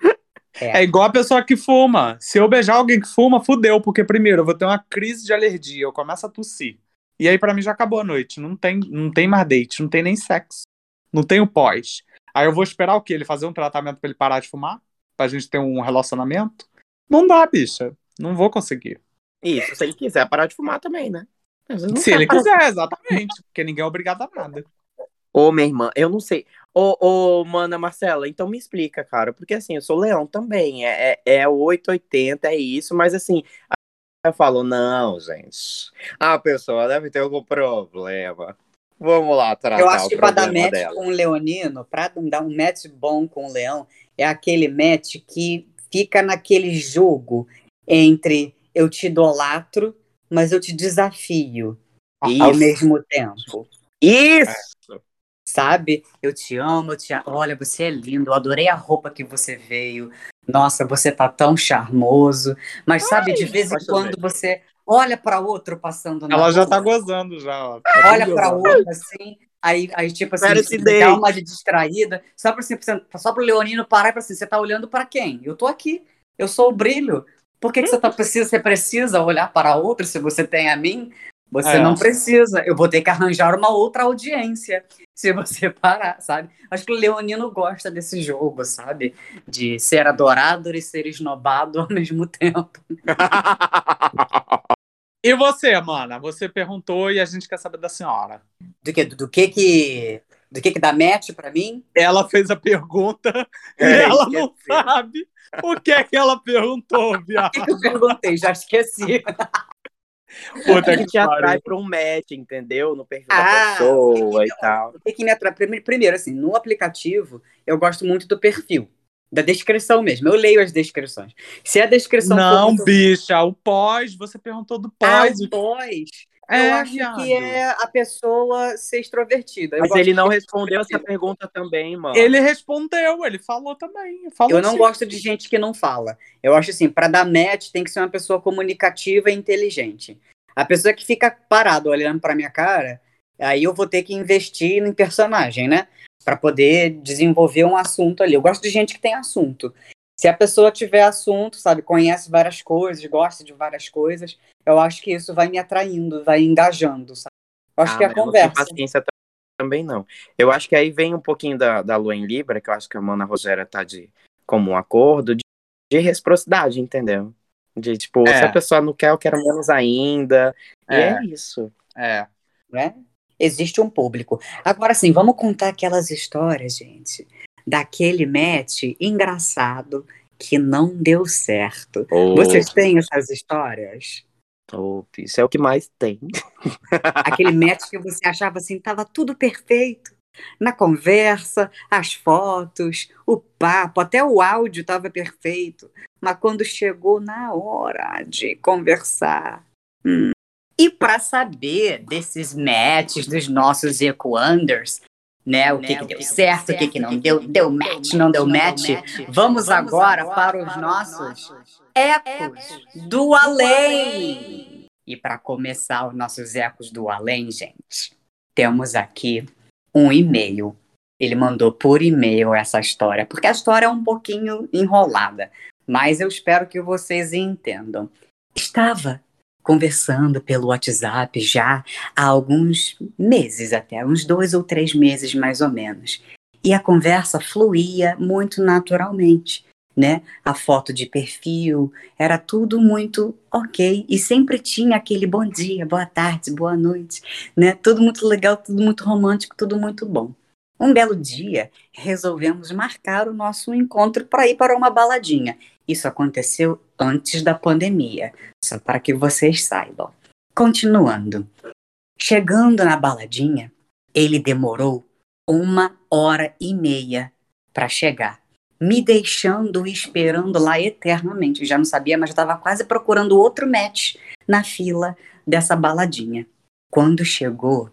É. É igual a pessoa que fuma. Se eu beijar alguém que fuma, fudeu, porque primeiro eu vou ter uma crise de alergia, eu começo a tossir. E aí, pra mim, já acabou a noite. Não tem, não tem mais date, não tem nem sexo. Não tem o pós. Aí eu vou esperar o quê? Ele fazer um tratamento pra ele parar de fumar? Pra gente ter um relacionamento? Não dá, bicha. Não vou conseguir. Isso, se ele quiser parar de fumar também, né? Às vezes não Se quer ele parar. quiser, exatamente. Porque ninguém é obrigado a nada. Ô, minha irmã, eu não sei. Ô, ô, mana Marcela, então me explica, cara. Porque assim, eu sou leão também. É, é, é oitocentos e oitenta, é isso. Mas assim, eu falo, não, gente. A pessoa deve ter algum problema. Vamos lá Eu tratar acho o que pra dar problema match dela. com um leonino, pra dar um match bom com um leão, é aquele match que fica naquele jogo entre eu te idolatro, mas eu te desafio ao Isso. mesmo tempo. Isso! Sabe? Eu te amo, eu te amo. Olha, você é lindo, eu adorei a roupa que você veio. Nossa, você tá tão charmoso. Mas sabe, de vez em pode quando fazer. você olha para outro passando na Ela já tá rua, gozando já, ó. Tá olha tudo para gozando. outro assim, aí, aí tipo assim, Espera você esse dá date. uma de distraída, só para assim, só pro Leonino parar e falar assim, você tá olhando para quem? Eu tô aqui, eu sou o brilho. Por que, que você tá precisa, você precisa olhar para outro se você tem a mim? Você É. não precisa. Eu vou ter que arranjar uma outra audiência se você parar, sabe? Acho que o Leonino gosta desse jogo, sabe? De ser adorado e ser esnobado ao mesmo tempo. E você, mana? Você perguntou e a gente quer saber da senhora. Do que do que que do que que dá match pra mim? Ela fez a pergunta e É, ela esqueci. não sabe o que é que ela perguntou, O que, viado. que eu perguntei? Já esqueci. Puta O que que te atrai pariu. pra um match, entendeu? No perfil Ah, da o que que pessoa me, e tal. o que que me atrai? Primeiro, primeiro, assim, no aplicativo, eu gosto muito do perfil, da descrição mesmo. Eu leio as descrições. Se a descrição for Não, muito. bicha, o pós, você perguntou do Ah, pós. o pós. É, Eu acho viado. que é a pessoa ser extrovertida. Eu Mas gosto ele de não gente respondeu essa extrovertida. pergunta também, mano. Ele respondeu, ele falou também. Falou Eu não sim. gosto de gente que não fala. Eu acho assim, para dar match tem que ser uma pessoa comunicativa e inteligente. A pessoa que fica parada olhando para minha cara, aí eu vou ter que investir em personagem, né? Para poder desenvolver um assunto ali. Eu gosto de gente que tem assunto. Se a pessoa tiver assunto, sabe, conhece várias coisas, gosta de várias coisas, eu acho que isso vai me atraindo, vai engajando, sabe? Eu acho Ah, que é a mas eu não tenho conversa. paciência também, não. Eu acho que aí vem um pouquinho da, da Lua em Libra, que eu acho que a Mana Rogéria tá de comum acordo, de, de reciprocidade, entendeu? De, tipo, É. se a pessoa não quer, eu quero menos ainda. E É. é isso. É. Né? Existe um público. Agora sim, vamos contar aquelas histórias, gente, daquele match engraçado que não deu certo. Ô, Vocês têm essas histórias? ô, isso é o que mais tem. Aquele match que você achava assim, tava tudo perfeito. Na conversa, as fotos, o papo, até o áudio estava perfeito. Mas quando chegou na hora de conversar, hum, e para saber desses matches dos nossos eco-unders, né, o que, que deu certo, o que, que não deu, deu match, não deu match, vamos agora para os nossos ecos do além. E para começar os nossos ecos do além, gente, temos aqui um e-mail. Ele mandou por e-mail essa história, porque a história é um pouquinho enrolada, mas eu espero que vocês entendam. Estava conversando pelo WhatsApp já há alguns meses até, uns dois ou três meses mais ou menos. E a conversa fluía muito naturalmente, né? A foto de perfil, era tudo muito ok. E sempre tinha aquele bom dia, boa tarde, boa noite, né? Tudo muito legal, tudo muito romântico, tudo muito bom. Um belo dia, resolvemos marcar o nosso encontro para ir para uma baladinha. Isso aconteceu antes da pandemia, só para que vocês saibam. Continuando. Chegando na baladinha, ele demorou uma hora e meia para chegar, me deixando esperando lá eternamente. Eu já não sabia, mas já estava quase procurando outro match na fila dessa baladinha. Quando chegou,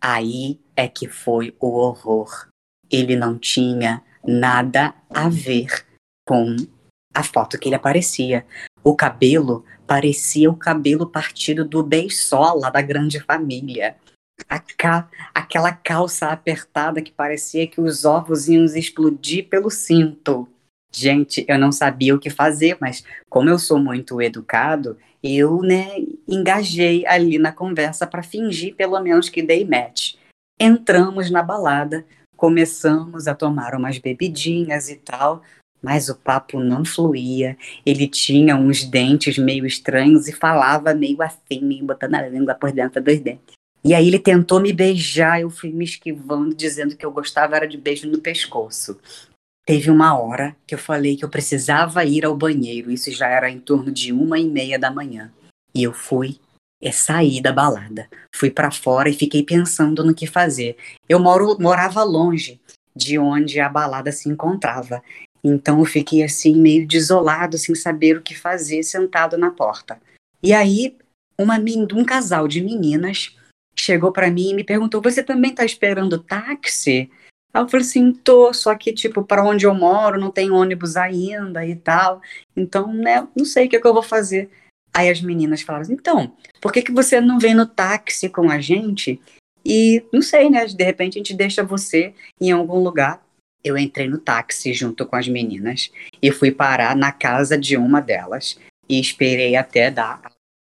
aí é que foi o horror. Ele não tinha nada a ver com a foto que ele aparecia. O cabelo parecia o cabelo partido do Beisola da Grande Família. A ca... Aquela calça apertada que parecia que os ovos iam explodir pelo cinto. Gente, eu não sabia o que fazer, mas como eu sou muito educado, eu, né, engajei ali na conversa para fingir pelo menos que dei match. Entramos na balada, começamos a tomar umas bebidinhas e tal, mas o papo não fluía. Ele tinha uns dentes meio estranhos e falava meio assim, meio botando a língua por dentro dos dentes. E aí ele tentou me beijar, eu fui me esquivando, dizendo que eu gostava era de beijo no pescoço. Teve uma hora que eu falei que eu precisava ir ao banheiro, isso já era em torno de uma e meia da manhã. E eu fui, é, saí da balada, fui pra fora e fiquei pensando no que fazer. Eu moro, morava longe de onde a balada se encontrava. Então eu fiquei assim, meio desolado, sem saber o que fazer, sentado na porta. E aí, uma, men- um casal de meninas chegou pra mim e me perguntou: você também tá esperando táxi? Aí eu falei assim: tô, só que, tipo, para onde eu moro não tem ônibus ainda e tal. Então, né, não sei o que, é que eu vou fazer. Aí as meninas falaram assim: então, por que que você não vem no táxi com a gente? E, não sei, né, de repente a gente deixa você em algum lugar. Eu entrei no táxi junto com as meninas e fui parar na casa de uma delas e esperei até dar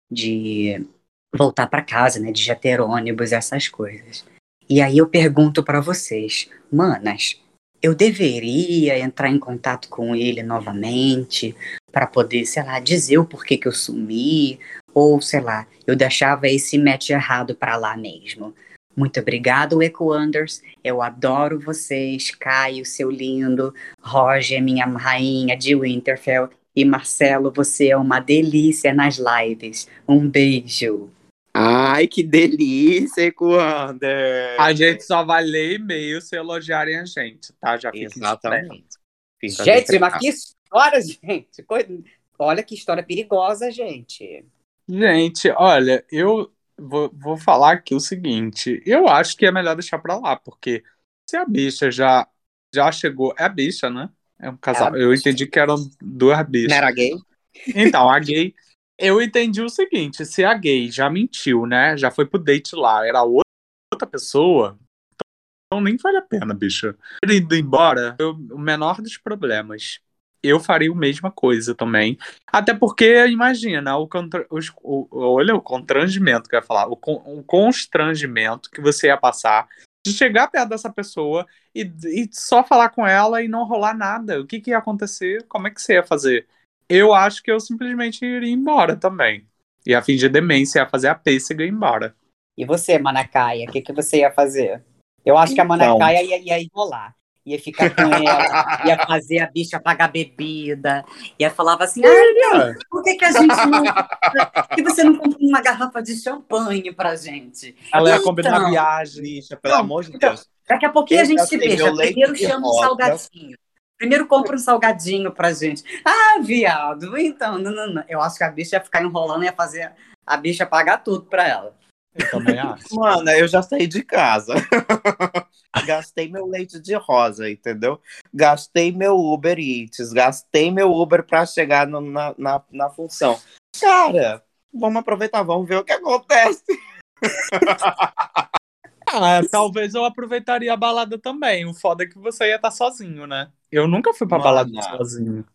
de voltar para casa, né, de já ter ônibus, essas coisas. E aí eu pergunto para vocês, manas, eu deveria entrar em contato com ele novamente para poder, sei lá, dizer o porquê que eu sumi, ou sei lá, eu deixava esse match errado para lá mesmo. Muito obrigado, Ecoanders. Eu adoro vocês, Caio, seu lindo, Roger, minha rainha de Winterfell, e Marcelo, você é uma delícia nas lives. Um beijo. Ai, que delícia, Ecoander! A gente só vai ler e-mail se elogiarem a gente, tá? Já fica esperto. Exatamente. Fica Gente, mas decretado. que história, gente. Coi- Olha que história perigosa, gente. Gente, olha, eu vou, vou falar aqui o seguinte. Eu acho que é melhor deixar pra lá, porque se a bicha já, já chegou. É a bicha, né? É um Ela casal. Eu entendi que eram duas Não bichas. era gay? Então, a gay. Eu entendi o seguinte: se a gay já mentiu, né? Já foi pro date lá, era outra outra pessoa, então nem vale a pena, bicha. Ter ido embora foi o menor dos problemas. Eu faria a mesma coisa também. Até porque, imagina, o, contra- os- o- olha o constrangimento que eu ia falar, o, con- o constrangimento que você ia passar de chegar perto dessa pessoa e, e só falar com ela e não rolar nada. O que, que ia acontecer? Como é que você ia fazer? Eu acho que eu simplesmente iria embora também. Ia fingir demência, ia fazer a pêssega e ir embora. E você, Manacaia, o que, que você ia fazer? Eu acho que a Então, Manacaia ia, ia enrolar. Ia ficar com ela, ia fazer a bicha pagar bebida, ia falava assim, ai, bem, por que, que a gente não. Por que você não compra uma garrafa de champanhe pra gente? Ela ia combinar a Então, viagem. bicha, pelo então, amor de então, Deus. daqui a pouquinho a Eu gente já se sei, meu beija. leite Primeiro de chama um rosa. salgadinho. Primeiro compra um salgadinho pra gente. Ah, viado, então, não, não, não. Eu acho que a bicha ia ficar enrolando e ia fazer a bicha pagar tudo pra ela. Eu também acho. Mano, eu já saí de casa. Gastei meu leite de rosa, entendeu? Gastei meu Uber Eats, gastei meu Uber pra chegar no- na, na, na função. Cara, vamos aproveitar, vamos ver o que acontece. Ah, talvez eu aproveitaria a balada também. O foda é que você ia estar sozinho, né? Eu nunca fui pra balada Mana, sozinho.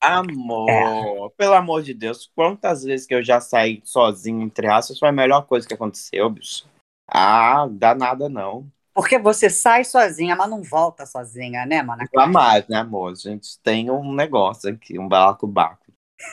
É. amor, pelo amor de Deus, quantas vezes que eu já saí sozinho, entre aspas, foi a melhor coisa que aconteceu, bicho. Ah, dá nada não. Porque você sai sozinha, mas não volta sozinha, né, Manacaia? Jamais, né, amor? A gente tem um negócio aqui, um balacobaco.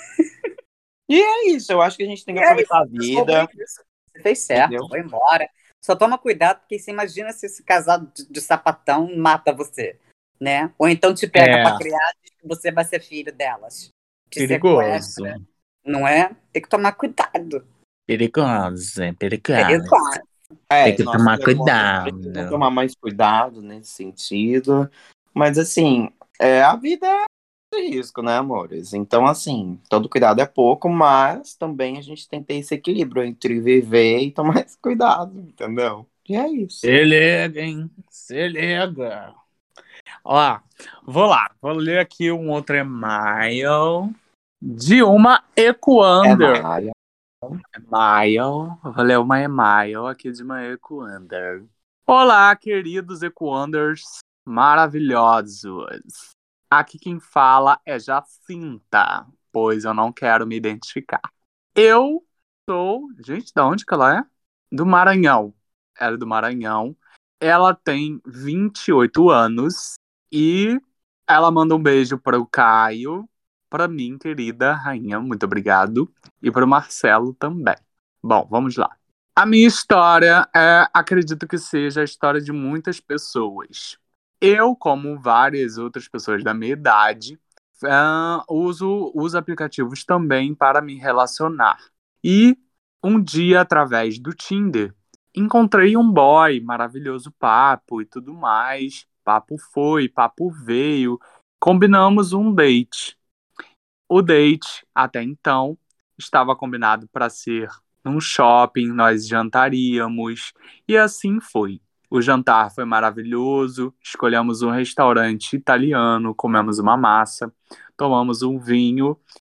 E é isso, eu acho que a gente tem E que é isso, aproveitar a é sobre vida, isso. Você fez certo, entendeu? foi embora. Só toma cuidado, porque você imagina se esse casal de, de sapatão mata você, né? Ou então te pega É, pra criar e diz que você vai ser filho delas. Te perigoso. sequestra, não é? Tem que tomar cuidado. Perigoso, é perigoso. Perigoso. Tem É, que nossos tomar economistas precisam cuidado. tomar mais cuidado nesse sentido. Mas, assim, é, a vida é de risco, né, amores? Então, assim, todo cuidado é pouco, mas também a gente tem que ter esse equilíbrio entre viver e tomar esse cuidado, entendeu? E é isso. Se liga, hein? Se liga. Ó, vou lá. Vou ler aqui um outro e-mail de uma É, Equander. Maia. E-mail. Vou ler uma e-mail aqui de uma Equander. Olá, queridos Equanders maravilhosos. Aqui quem fala é Jacinta, pois eu não quero me identificar. Eu sou. Gente, da onde que ela é? Do Maranhão. Ela é do Maranhão. Ela tem vinte e oito anos e ela manda um beijo para o Caio, para mim, querida rainha, muito obrigado, e para o Marcelo também. Bom, vamos lá. A minha história é, acredito que seja a história de muitas pessoas. Eu, como várias outras pessoas da minha idade, ah, uso os aplicativos também para me relacionar. E um dia, através do Tinder, encontrei um boy, maravilhoso papo e tudo mais. Papo foi, papo veio. combinamos um date. O date, até então, estava combinado para ser num shopping, nós jantaríamos, e assim foi. O jantar foi maravilhoso, escolhemos um restaurante italiano, comemos uma massa, tomamos um vinho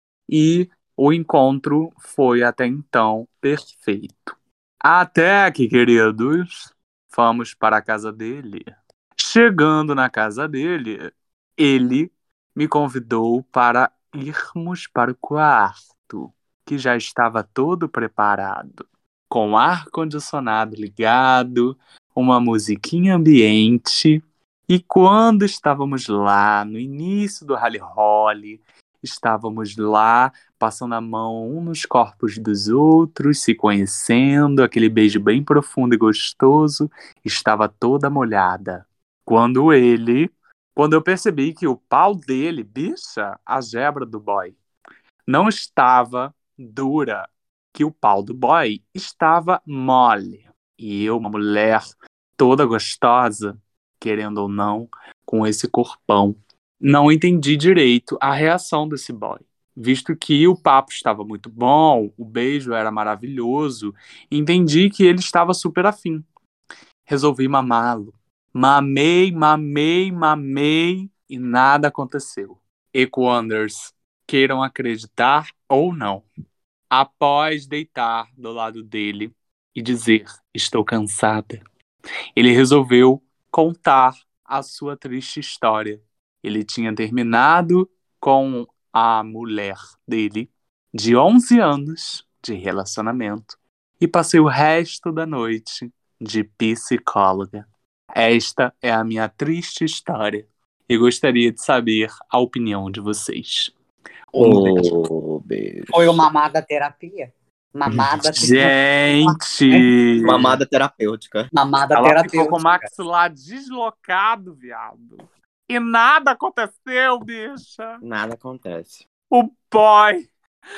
e o encontro foi até então perfeito. Até que, queridos, fomos para a casa dele. Chegando na casa dele, ele me convidou para irmos para o quarto, que já estava todo preparado, com ar-condicionado ligado, uma musiquinha ambiente. E quando estávamos lá, no início do Rally Holly, estávamos lá, passando a mão um nos corpos dos outros, se conhecendo, aquele beijo bem profundo e gostoso, estava toda molhada. Quando ele, quando eu percebi que o pau dele, bicha, a gebra do boy, não estava dura, que o pau do boy estava mole. E eu, uma mulher toda gostosa, querendo ou não, com esse corpão, não entendi direito a reação desse boy. Visto que o papo estava muito bom, o beijo era maravilhoso, entendi que ele estava super afim. Resolvi mamá-lo. Mamei, mamei, mamei e nada aconteceu. Equanders, queiram acreditar ou não. Após deitar do lado dele e dizer, estou cansada, ele resolveu contar a sua triste história. Ele tinha terminado com a mulher dele de onze anos de relacionamento e passei o resto da noite de psicóloga. Esta é a minha triste história e gostaria de saber a opinião de vocês. Um beijo. Oh, beijo. Foi uma mamada terapia. Mamada Gente! Mamada terapêutica. Mamada Ela terapêutica. ficou com o maxilar deslocado, viado. E nada aconteceu, bicha. Nada acontece. O boy...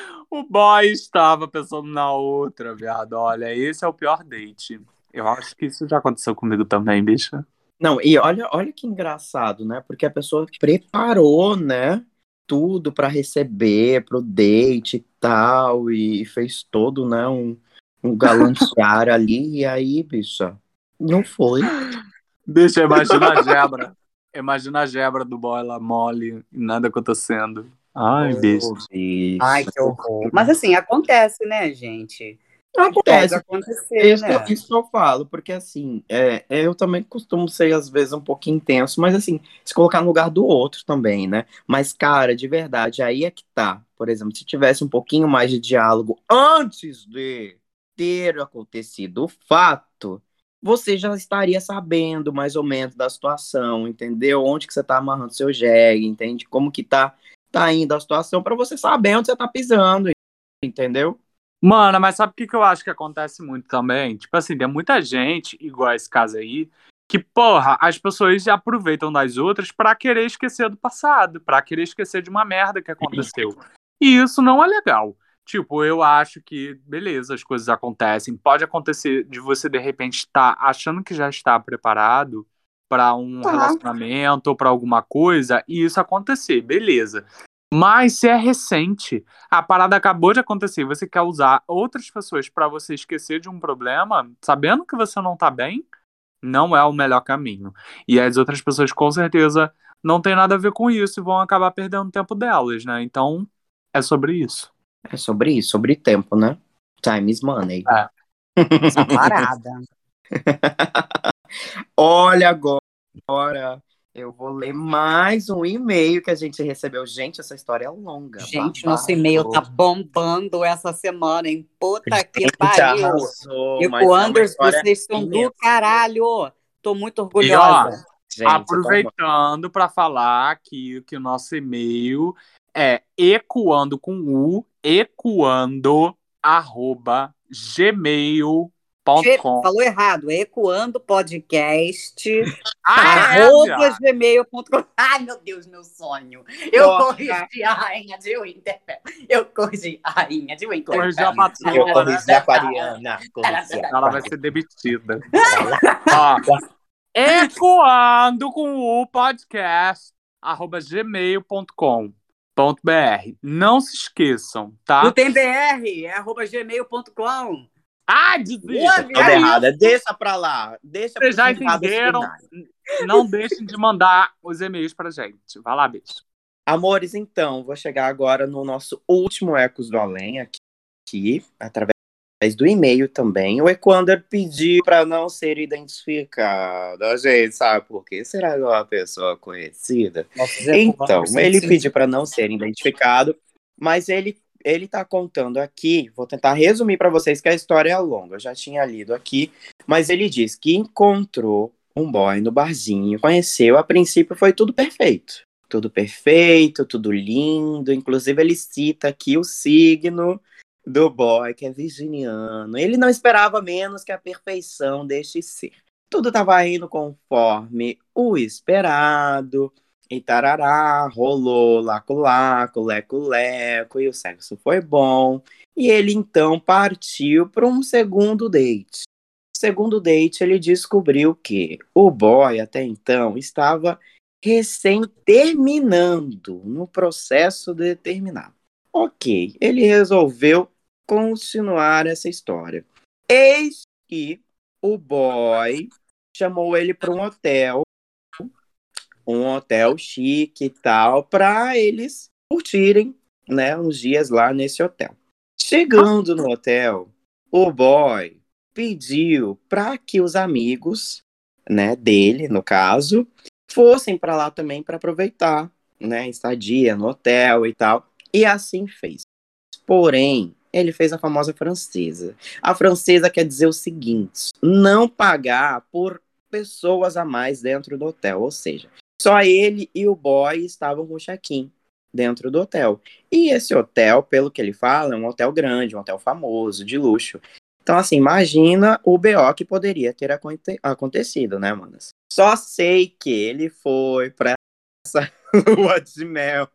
O boy estava pensando na outra, viado. Olha, esse é o pior date. Eu acho que isso já aconteceu comigo também, bicha. Não, e olha, olha que engraçado, né? Porque a pessoa preparou, né? Tudo pra receber, pro date e tal, e fez todo, né? Um, um galantear ali, e aí, bicha, não foi. Bicha, imagina a gebra. Imagina a gebra do boy lá mole e nada acontecendo. Ai, Oh, bicho. bicho. Ai, que horror. Mas assim, acontece, né, gente? Acontece. Pode acontecer, Isso, né? isso eu falo, porque assim, é, eu também costumo ser, às vezes, um pouquinho intenso, mas assim, se colocar no lugar do outro também, né? Mas, cara, de verdade, aí é que tá. Por exemplo, se tivesse um pouquinho mais de diálogo antes de ter acontecido o fato, você já estaria sabendo mais ou menos da situação, entendeu? Onde que você tá amarrando seu jegue, entende? Como que tá, tá indo a situação, pra você saber onde você tá pisando, entendeu? Mano, mas sabe o que, que eu acho que acontece muito também? Tipo assim, tem muita gente, igual esse caso aí, que, porra, as pessoas aproveitam das outras pra querer esquecer do passado, pra querer esquecer de uma merda que aconteceu. E isso não é legal. Tipo, eu acho que, beleza, as coisas acontecem. Pode acontecer de você, de repente, estar achando que já está preparado pra um Tá. relacionamento ou pra alguma coisa, e isso acontecer, beleza. Mas se é recente, a parada acabou de acontecer, você quer usar outras pessoas pra você esquecer de um problema, sabendo que você não tá bem, não é o melhor caminho. E as outras pessoas com certeza não tem nada a ver com isso e vão acabar perdendo tempo delas, né? Então, é sobre isso. É sobre isso, sobre tempo, né? Time is money. É. Essa parada. Olha agora, eu vou ler mais um e-mail que a gente recebeu. Gente, essa história é longa. Gente, babado. nosso e-mail tá bombando essa semana, hein? Puta que Gente, pariu. arrasou, E mas é o uma Anders, história vocês são imensa. do caralho. Tô muito E ó, orgulhosa. Gente, calma. aproveitando para falar aqui que o nosso e-mail é ecoando com u, ecoando, arroba, gmail ponto Che- com. Falou errado, é Ecoando Podcast, Ah, é, arroba viado. gmail ponto com. Ai, meu Deus, meu sonho. Eu Porra. corrigi a rainha de Winterfell. Eu corrigi a rainha de Winterfell. Corrigiu a patroa, Eu né? corrigi a Pariana. corrigi a Ela vai ser demitida. Ó, ecoando com o podcast, arroba gmail ponto com ponto br. Não se esqueçam, tá? Não tem B R, é arroba gmail ponto com. Ah, desista! Boa, Toda É errada. isso. Deixa pra lá. Deixa Vocês já pros errados entenderam? finais. Não deixem de mandar os e-mails pra gente. Vai lá, beijo. Amores, então, vou chegar agora no nosso último Ecos do Além, aqui, aqui através do e-mail também. O Equander pediu para não ser identificado. A gente sabe por quê? Será que é uma pessoa conhecida? Então, ele pediu para não ser identificado, mas ele ele está contando aqui, vou tentar resumir para vocês que a história é longa, eu já tinha lido aqui, mas ele diz que encontrou um boy no barzinho, conheceu, a princípio foi tudo perfeito. Tudo perfeito, tudo lindo. Inclusive, ele cita aqui o signo do boy, que é virginiano. Ele não esperava menos que a perfeição deste ser. Tudo estava indo conforme o esperado. E tarará, rolou laco-laco, leco-leco, e o sexo foi bom. E ele, então, partiu para um segundo date. No segundo date, ele descobriu que o boy, até então, estava recém-terminando, no processo de terminar. Ok, ele resolveu continuar essa história. Eis que o boy chamou ele para um hotel, um hotel chique e tal, para eles curtirem, né, uns dias lá nesse hotel. Chegando no hotel, o boy pediu para que os amigos, né, dele, no caso, fossem para lá também para aproveitar, né, estadia no hotel e tal. E assim fez. Porém, ele fez a famosa francesa. A francesa quer dizer o seguinte: não pagar por pessoas a mais dentro do hotel. Ou seja, só ele e o boy estavam com check-in dentro do hotel. E esse hotel, pelo que ele fala, é um hotel grande, um hotel famoso, de luxo. Então, assim, imagina o B O que poderia ter aconte- acontecido, né, manas? Só sei que ele foi pra essa lua de mel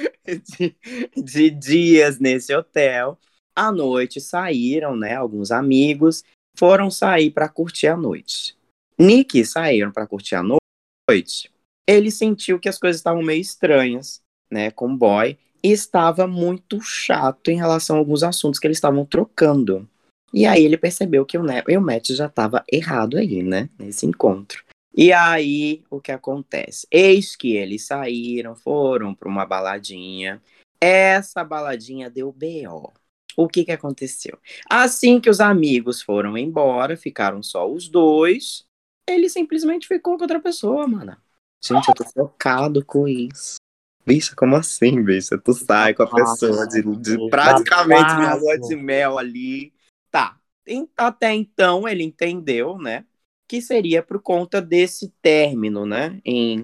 de, de dias nesse hotel. À noite saíram, né, alguns amigos, foram sair pra curtir a noite. Nick saíram pra curtir a noite. Ele sentiu que as coisas estavam meio estranhas, né, com o boy, e estava muito chato em relação a alguns assuntos que eles estavam trocando. E aí ele percebeu que o, ne- o Matt já estava errado aí, né? Nesse encontro. E aí, o que acontece? Eis que eles saíram, foram para uma baladinha. Essa baladinha deu B O. O que que aconteceu? Assim que os amigos foram embora, ficaram só os dois, ele simplesmente ficou com outra pessoa, mano. Gente, eu tô chocado com isso. Bicha, como assim, bicha? Tu sai com a pessoa de, de praticamente uma lua de mel ali. Tá. Em- Até então ele entendeu, né, que seria por conta desse término, né, em,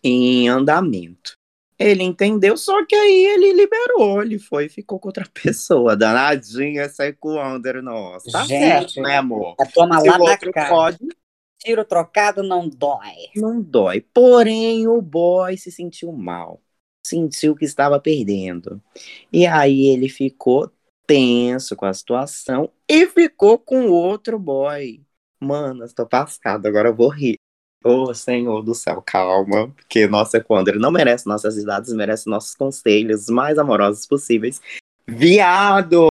em andamento. Ele entendeu, só que aí ele liberou, ele foi e ficou com outra pessoa. Danadinha essa Equander, nossa. Tá Gente, certo, né, amor? é toma Se lá o da outro cara. pode, Tiro trocado não dói. não dói. Porém, o boy se sentiu mal. Sentiu que estava perdendo. E aí ele ficou tenso com a situação e ficou com outro boy. Mano, eu tô passado, agora eu vou rir. Ô, Senhor do céu, calma. Porque nossa Equander não merece nossas idades, merece nossos conselhos mais amorosos possíveis. Viado!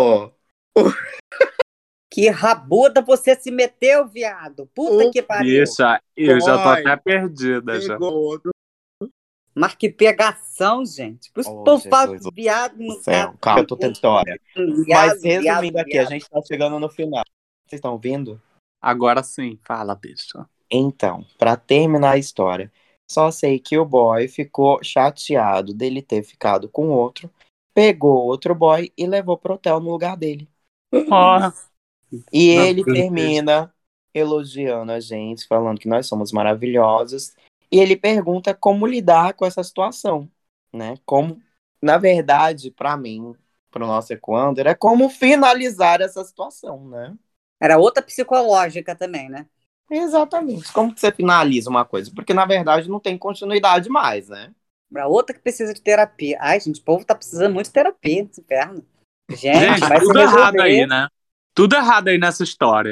Que rabuda você se meteu, viado. Puta O que pariu. Bicha, eu já tô Boy. até perdida já. Pegou outro Mas que pegação, gente. Por isso Oh, o povo fala Jesus que viado do no céu. caso. Calma, eu tô tendo história. Viado, Mas viado, resumindo aqui, a viado. gente tá chegando no final. Vocês estão ouvindo? Agora sim, fala, bicha. Então, pra terminar a história, só sei que o boy ficou chateado dele ter ficado com outro, pegou outro boy e levou pro hotel no lugar dele. Ó, E Não ele acredito. termina elogiando a gente, falando que nós somos maravilhosos. E ele pergunta como lidar com essa situação, né? Como, na verdade, pra mim, pro nosso Equander, é como finalizar essa situação, né? Era outra psicológica também, né? Exatamente. Como que você finaliza uma coisa? Porque, na verdade, não tem continuidade mais, né? Pra outra que precisa de terapia. Ai, gente, o povo tá precisando muito de terapia nesse inferno. Gente, Gente, vai se tudo errado resolver. aí, né? Tudo errado aí nessa história.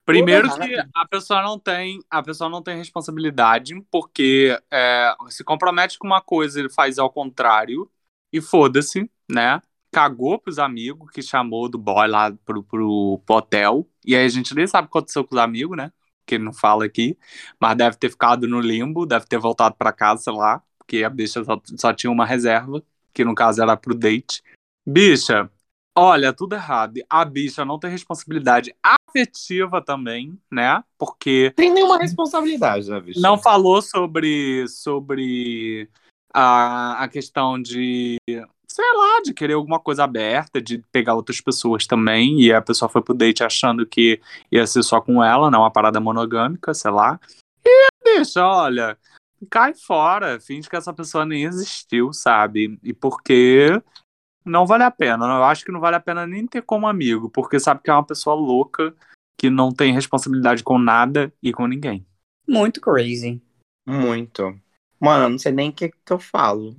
Primeiro Tudo que errado. a pessoa não tem, a pessoa não tem responsabilidade, porque é, se compromete com uma coisa, ele faz ao contrário, e foda-se, né? Cagou pros amigos que chamou do boy lá pro, pro, pro hotel. E aí a gente nem sabe o que aconteceu com os amigos, né? Que ele não fala aqui. Mas deve ter ficado no limbo, deve ter voltado pra casa, sei lá. Porque a bicha só, só tinha uma reserva, que no caso era pro date. Bicha, olha, tudo errado. A bicha não tem responsabilidade afetiva também, né? Porque Tem nenhuma responsabilidade, né, bicho? não falou sobre, sobre a, a questão de, sei lá, de querer alguma coisa aberta, de pegar outras pessoas também, e a pessoa foi pro date achando que ia ser só com ela, não uma parada monogâmica, sei lá. E bicha, olha, cai fora, finge que essa pessoa nem existiu, sabe? E porque não vale a pena. Eu acho que não vale a pena nem ter como amigo, porque sabe que é uma pessoa louca que não tem responsabilidade com nada e com ninguém. Muito crazy. Muito. Mano, eu não sei nem o que, que eu falo.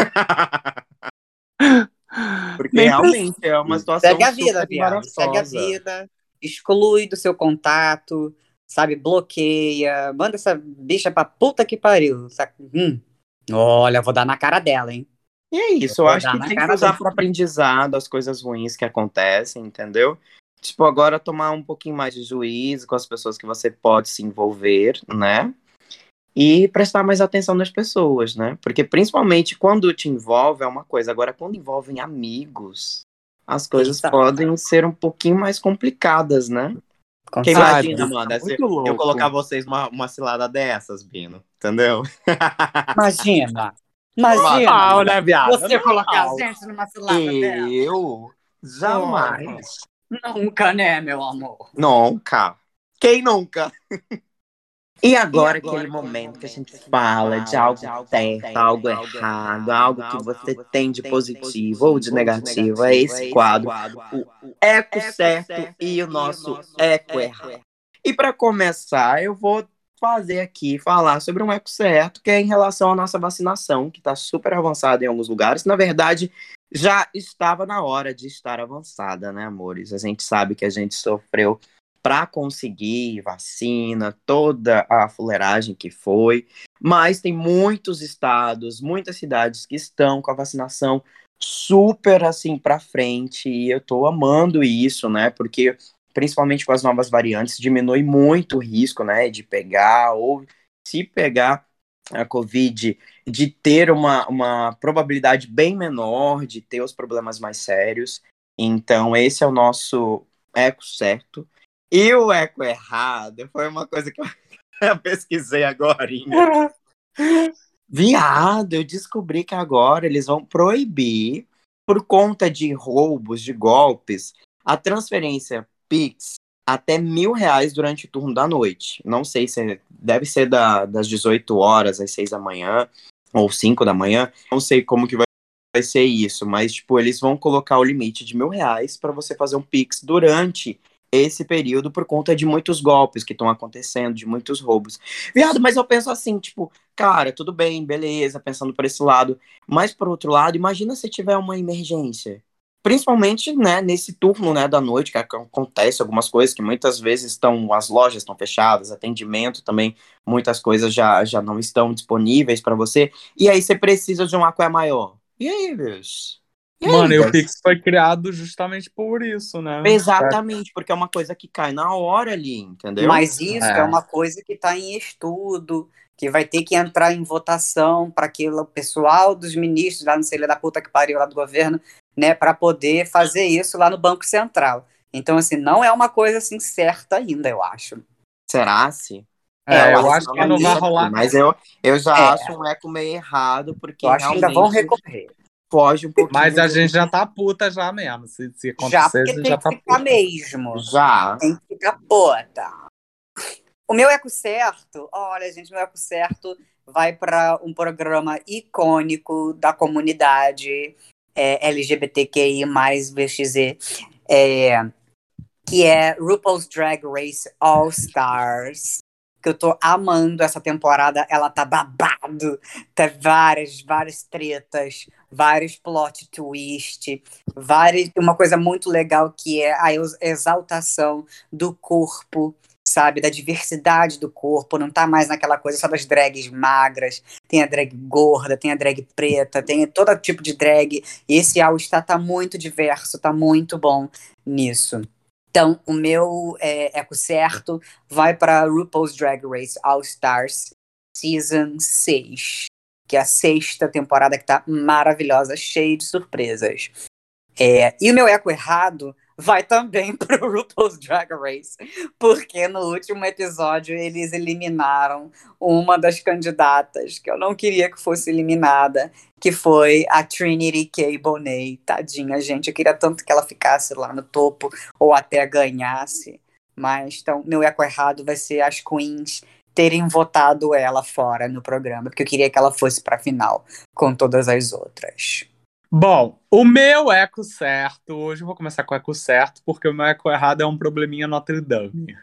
Porque Nem realmente é uma situação Segue a vida, super viado. Segue a embaraçosa. vida. Exclui do seu contato, sabe? Bloqueia. Manda essa bicha pra puta que pariu. Sabe? Hum. Olha, eu vou dar na cara dela, hein? E é isso, eu vou acho dar que na tem que cara usar dela. para aprendizado as coisas ruins que acontecem, entendeu? Tipo, agora tomar um pouquinho mais de juízo com as pessoas que você pode se envolver, né? E prestar mais atenção nas pessoas, né? Porque principalmente quando te envolve é uma coisa, agora quando envolvem amigos, as coisas Exato. podem ser um pouquinho mais complicadas, né? Com Porque certeza. imagina, Ai, mano, muito se eu louco. colocar vocês numa uma cilada dessas, Bino, entendeu? Imagina. Imagina. Normal, né, viado? Você colocar a Normal. gente numa cilada dela. Eu? Jamais. Nunca, né, meu amor? Nunca. Quem nunca? E agora, E agora aquele momento que a gente fala fala de algo certo, certo, algo errado, algo que você tem de positivo ou de negativo, é esse quadro, o eco certo e o nosso eco errado. E para começar, eu vou fazer aqui, falar sobre um eco certo, que é em relação à nossa vacinação, que está super avançada em alguns lugares. Na verdade, já estava na hora de estar avançada, né, amores? A gente sabe que a gente sofreu para conseguir vacina, toda a fuleiragem que foi, mas tem muitos estados, muitas cidades que estão com a vacinação super assim para frente, e eu tô amando isso, né? Porque principalmente com as novas variantes diminui muito o risco, né, de pegar ou se pegar a Covid, de ter uma, uma probabilidade bem menor de ter os problemas mais sérios. Então esse é o nosso eco certo. E o eco errado foi uma coisa que eu pesquisei agora. Viado, eu descobri que agora eles vão proibir, por conta de roubos, de golpes, a transferência Pix até mil reais durante o turno da noite. Não sei se deve ser da, das dezoito horas às seis da manhã, ou cinco da manhã. Não sei como que vai, vai ser isso, mas tipo, eles vão colocar o limite de mil reais para você fazer um Pix durante esse período por conta de muitos golpes que estão acontecendo, de muitos roubos. Viado, mas eu penso assim, tipo, cara, tudo bem, beleza, pensando por esse lado, mas por outro lado, imagina se tiver uma emergência. Principalmente, né, nesse turno, né, da noite, que acontece algumas coisas que muitas vezes estão, as lojas estão fechadas, atendimento também, muitas coisas já, já não estão disponíveis para você, e aí você precisa de um aqua maior. E aí, Deus? E Mano, aí, e o Deus? Pix foi criado justamente por isso, né? Exatamente, porque é uma coisa que cai na hora ali, entendeu? Mas isso é. É. uma coisa que está em estudo, que vai ter que entrar em votação para que o pessoal dos ministros, lá não sei lá da puta que pariu lá do governo, né, para poder fazer isso lá no Banco Central. Então, assim, não é uma coisa assim certa ainda, eu acho. Será se? É, eu mas acho que não vai isso- rolar. Mas eu, eu já É. acho um eco meio errado, porque Eu acho que ainda vão realmente recorrer. foge um pouquinho. Mas a do- gente já tá puta já mesmo. Se, se Já, acontecer, a porque gente tem já que tá ficar puta. mesmo. Já. Tem que ficar puta. O meu eco certo, olha, gente, meu eco certo vai para um programa icônico da comunidade é, L G B T Q I mais, V X Z, é, que é RuPaul's Drag Race All Stars, que eu tô amando essa temporada, ela tá babado, tá várias, várias tretas, vários plot twist, várias, uma coisa muito legal que é a exaltação do corpo sabe? Da diversidade do corpo, não tá mais naquela coisa só das drags magras, tem a drag gorda, tem a drag preta, tem todo tipo de drag, e esse All Star tá muito diverso, tá muito bom nisso. Então, o meu é, eco certo vai para RuPaul's Drag Race All Stars Season seis, que é a sexta temporada que tá maravilhosa, cheia de surpresas. É, e o meu eco errado vai também para o RuPaul's Drag Race, porque no último episódio eles eliminaram uma das candidatas que eu não queria que fosse eliminada, que foi a Trinity K. Bonet. Tadinha, gente, eu queria tanto que ela ficasse lá no topo ou até ganhasse, mas então meu eco errado vai ser as queens terem votado ela fora no programa, porque eu queria que ela fosse para a final com todas as outras. Bom, o meu eco certo, hoje eu vou começar com o eco certo, porque o meu eco errado é um probleminha Notre Dame.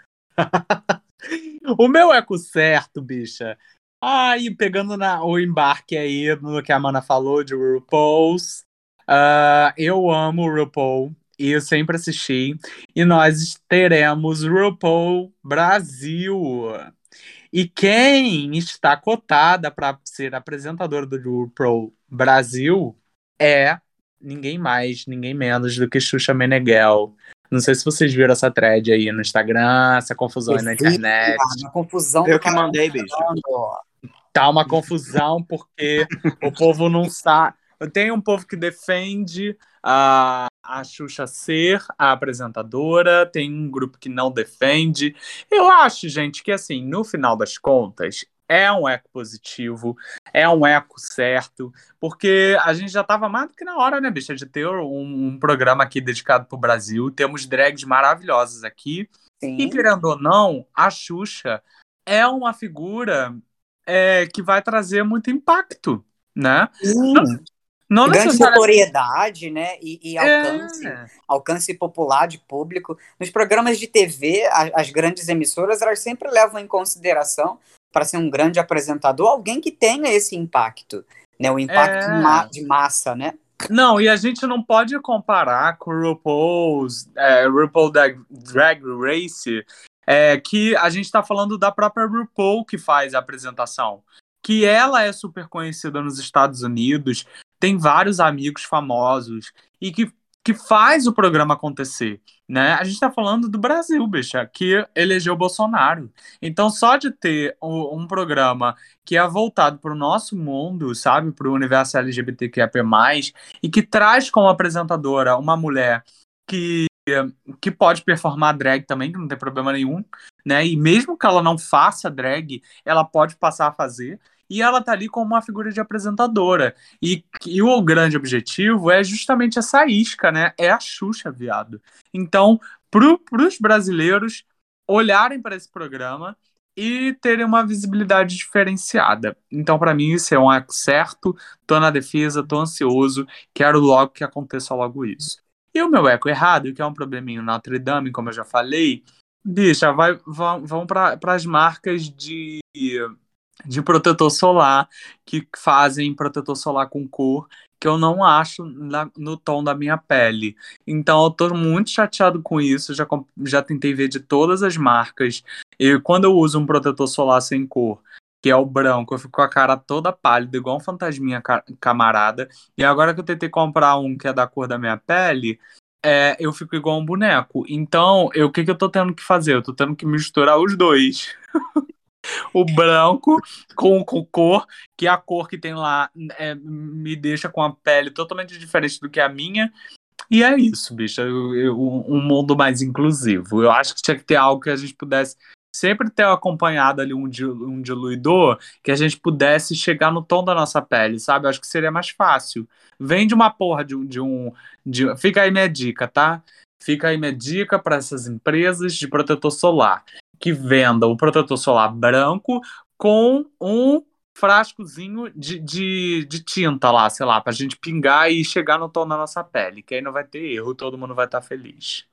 O meu eco certo, bicha, aí pegando na, o embarque aí no que a Mana falou de RuPaul's, uh, eu amo o RuPaul e eu sempre assisti, e nós teremos RuPaul Brasil. E quem está cotada para ser apresentadora do RuPaul Brasil é ninguém mais, ninguém menos do que Xuxa Meneghel. Não sei se vocês viram essa thread aí no Instagram, essa confusão aí na internet. Uma confusão Eu do que mandei, bicho. Tá uma confusão porque o povo não sabe. Tem um povo que defende a, a Xuxa ser a apresentadora, tem um grupo que não defende. Eu acho, gente, que assim, no final das contas, é um eco positivo, é um eco certo, porque a gente já tava mais do que na hora, né, bicha, de ter um, um programa aqui dedicado pro Brasil. Temos drags maravilhosas aqui. Sim. E querendo ou não, a Xuxa é uma figura é, que vai trazer muito impacto, né? Sim. Não, não Grande necessariamente. notoriedade, né? E, e alcance, É. alcance popular de público. Nos programas de T V, a, as grandes emissoras, elas sempre levam em consideração, para ser um grande apresentador, alguém que tenha esse impacto, né? O impacto É. ma- de massa, né? Não, e a gente não pode comparar com o RuPaul's, é, RuPaul Drag, Drag Race, é, que a gente está falando da própria RuPaul que faz a apresentação. Que ela é super conhecida nos Estados Unidos, tem vários amigos famosos e que, que faz o programa acontecer, né? A gente está falando do Brasil, bicha, que elegeu o Bolsonaro. Então, só de ter um, um programa que é voltado para o nosso mundo, sabe? Para o universo L G B T Q I A P mais, e que traz como apresentadora uma mulher que, que pode performar drag também, que não tem problema nenhum, né? E mesmo que ela não faça drag, ela pode passar a fazer. E ela tá ali como uma figura de apresentadora. E, e o grande objetivo é justamente essa isca, né? É a Xuxa, viado. Então, pro, pros brasileiros olharem para esse programa e terem uma visibilidade diferenciada. Então, para mim, isso é um eco certo. Tô na defesa, tô ansioso. Quero logo que aconteça logo isso. E o meu eco errado, que é um probleminho Notre Dame, como eu já falei, bicha, vai, vão, vão para as marcas de... de protetor solar, que fazem protetor solar com cor, que eu não acho na, no tom da minha pele. Então eu tô muito chateado com isso, já, já tentei ver de todas as marcas, e quando eu uso um protetor solar sem cor, que é o branco, eu fico com a cara toda pálida, igual um fantasminha ca camarada, e agora que eu tentei comprar um que é da cor da minha pele, é, eu fico igual um boneco. Então, eu, o que, que eu tô tendo que fazer? Eu tô tendo que misturar os dois. O branco com, com cor, que a cor que tem lá é, me deixa com a pele totalmente diferente do que a minha. E é isso, bicha. Eu, eu, um mundo mais inclusivo. Eu acho que tinha que ter algo que a gente pudesse sempre ter acompanhado ali um, um diluidor, que a gente pudesse chegar no tom da nossa pele, sabe? Eu acho que seria mais fácil. Vende uma porra de um... De um de... Fica aí minha dica, tá? Fica aí minha dica para essas empresas de protetor solar, que vendam o protetor solar branco com um frascozinho de, de, de tinta lá, sei lá, pra gente pingar e chegar no tom da nossa pele, que aí não vai ter erro, todo mundo vai estar feliz.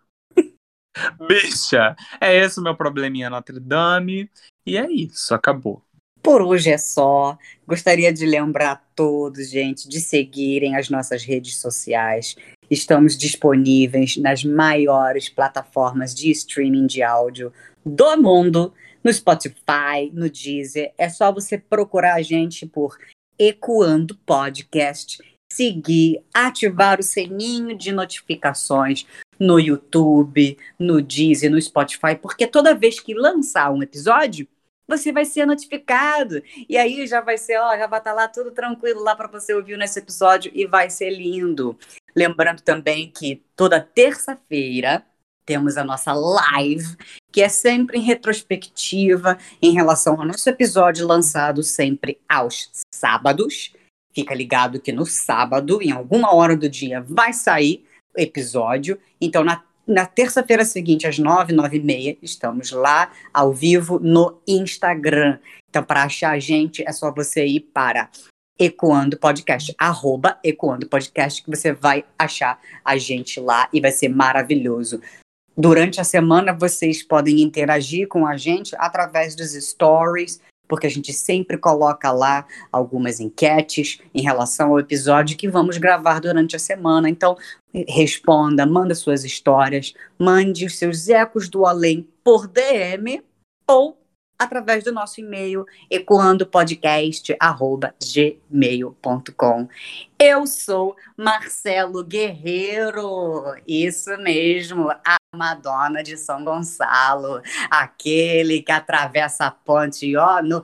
Bicha, é esse o meu probleminha Notre Dame, e é isso, acabou. Por hoje é só. Gostaria de lembrar a todos, gente, de seguirem as nossas redes sociais. Estamos disponíveis nas maiores plataformas de streaming de áudio do mundo, no Spotify, no Deezer. É só você procurar a gente por Ecoando Podcast, seguir, ativar o sininho de notificações no YouTube, no Deezer, no Spotify, porque toda vez que lançar um episódio, você vai ser notificado. E aí já vai ser, ó, já vai estar lá tudo tranquilo lá para você ouvir nesse episódio e vai ser lindo. Lembrando também que toda terça-feira temos a nossa live, que é sempre em retrospectiva em relação ao nosso episódio lançado sempre aos sábados. Fica ligado que no sábado, em alguma hora do dia, vai sair o episódio. Então, na, na terça-feira seguinte, às nove, nove e meia, estamos lá, ao vivo, no Instagram. Então, para achar a gente, é só você ir para Ecoando Podcast, arroba Ecoando Podcast, que você vai achar a gente lá e vai ser maravilhoso. Durante a semana, vocês podem interagir com a gente através dos stories, porque a gente sempre coloca lá algumas enquetes em relação ao episódio que vamos gravar durante a semana. Então, responda, manda suas histórias, mande os seus ecos do além por D M ou através do nosso e-mail ecoandopodcast arroba gmail ponto com. Eu sou Marcelo Guerreiro, isso mesmo, a Madonna de São Gonçalo, aquele que atravessa a ponte, ó, no...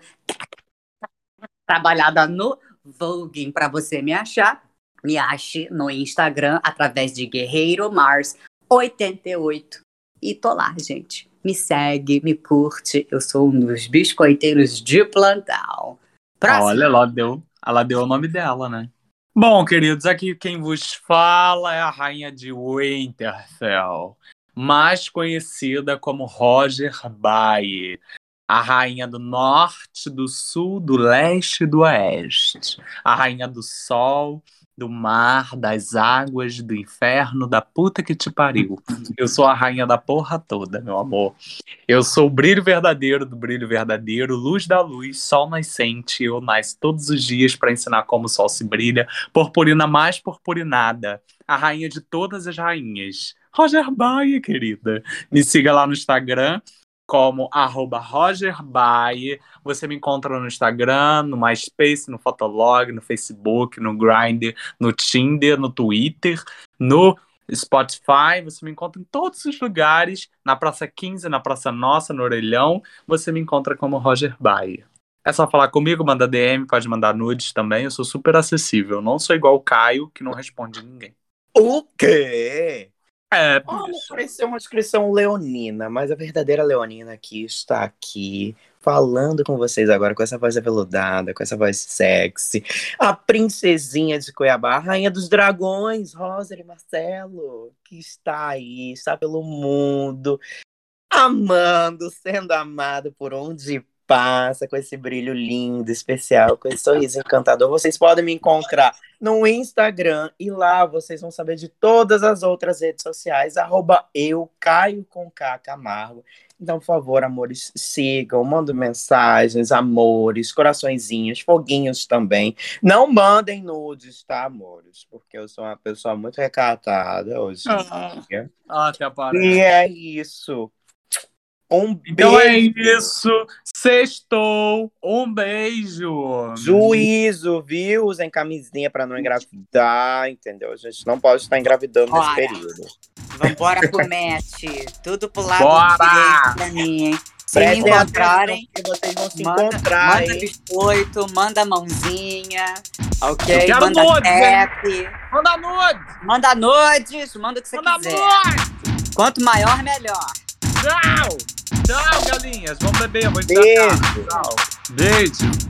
trabalhada no Vogue. Para você me achar, me ache no Instagram através de Guerreiro Mars oitenta e oito. E tô lá, gente. Me segue, me curte. Eu sou um dos biscoiteiros de plantão. Próximo. Olha, ela deu, ela deu o nome dela, né? Bom, queridos, aqui quem vos fala é a rainha de Winterfell, mais conhecida como Roger Bye, a rainha do norte, do sul, do leste e do oeste, a rainha do sol, do mar, das águas, do inferno, da puta que te pariu. Eu sou a rainha da porra toda, meu amor. Eu sou o brilho verdadeiro do brilho verdadeiro, luz da luz, sol nascente. Eu nasço todos os dias para ensinar como o sol se brilha. Purpurina mais purpurinada. A rainha de todas as rainhas. Roger Bye, querida. Me siga lá no Instagram como arroba Roger Bye. Você me encontra no Instagram, no MySpace, no Fotolog, no Facebook, no Grindr, no Tinder, no Twitter, no Spotify. Você me encontra em todos os lugares. Na Praça quinze, na Praça Nossa, no Orelhão. Você me encontra como Roger Bye. É só falar comigo, manda D M, pode mandar nudes também. Eu sou super acessível. Não sou igual o Caio, que não responde ninguém. O quê? É, Olha, pareceu uma descrição leonina, mas a verdadeira leonina aqui está aqui, falando com vocês agora com essa voz aveludada, com essa voz sexy. A princesinha de Cuiabá, a rainha dos dragões, Roser e Marcelo, que está aí, está pelo mundo, amando, sendo amado por onde passa, com esse brilho lindo, especial, com esse sorriso encantador. Vocês podem me encontrar no Instagram e lá vocês vão saber de todas as outras redes sociais, arroba eu, Caio com K, Camargo. Então, por favor, amores, sigam, mandem mensagens, amores, coraçõezinhos, foguinhos também. Não mandem nudes, tá, amores? Porque eu sou uma pessoa muito recatada hoje em dia. Ah, até parece. E é isso. Um então beijo. É isso. Sextou. Um beijo. Juízo, viu? Usem camisinha pra não engravidar, entendeu? A gente não pode estar engravidando Bora. nesse período. Vambora pro match. Tudo pro lado Bora. direito pra mim, hein? Se me Prestem encontrarem, atenção, que vocês vão se manda, encontrar, manda hein? biscoito, manda mãozinha, ok? Eu quero Manda nudes, cap, Manda nude. manda nudes, manda o que você Manda quiser. nude. Quanto maior, melhor. Tchau. Tchau, galinhas. Vamos beber. Vou Beijo. Tchau. Beijo.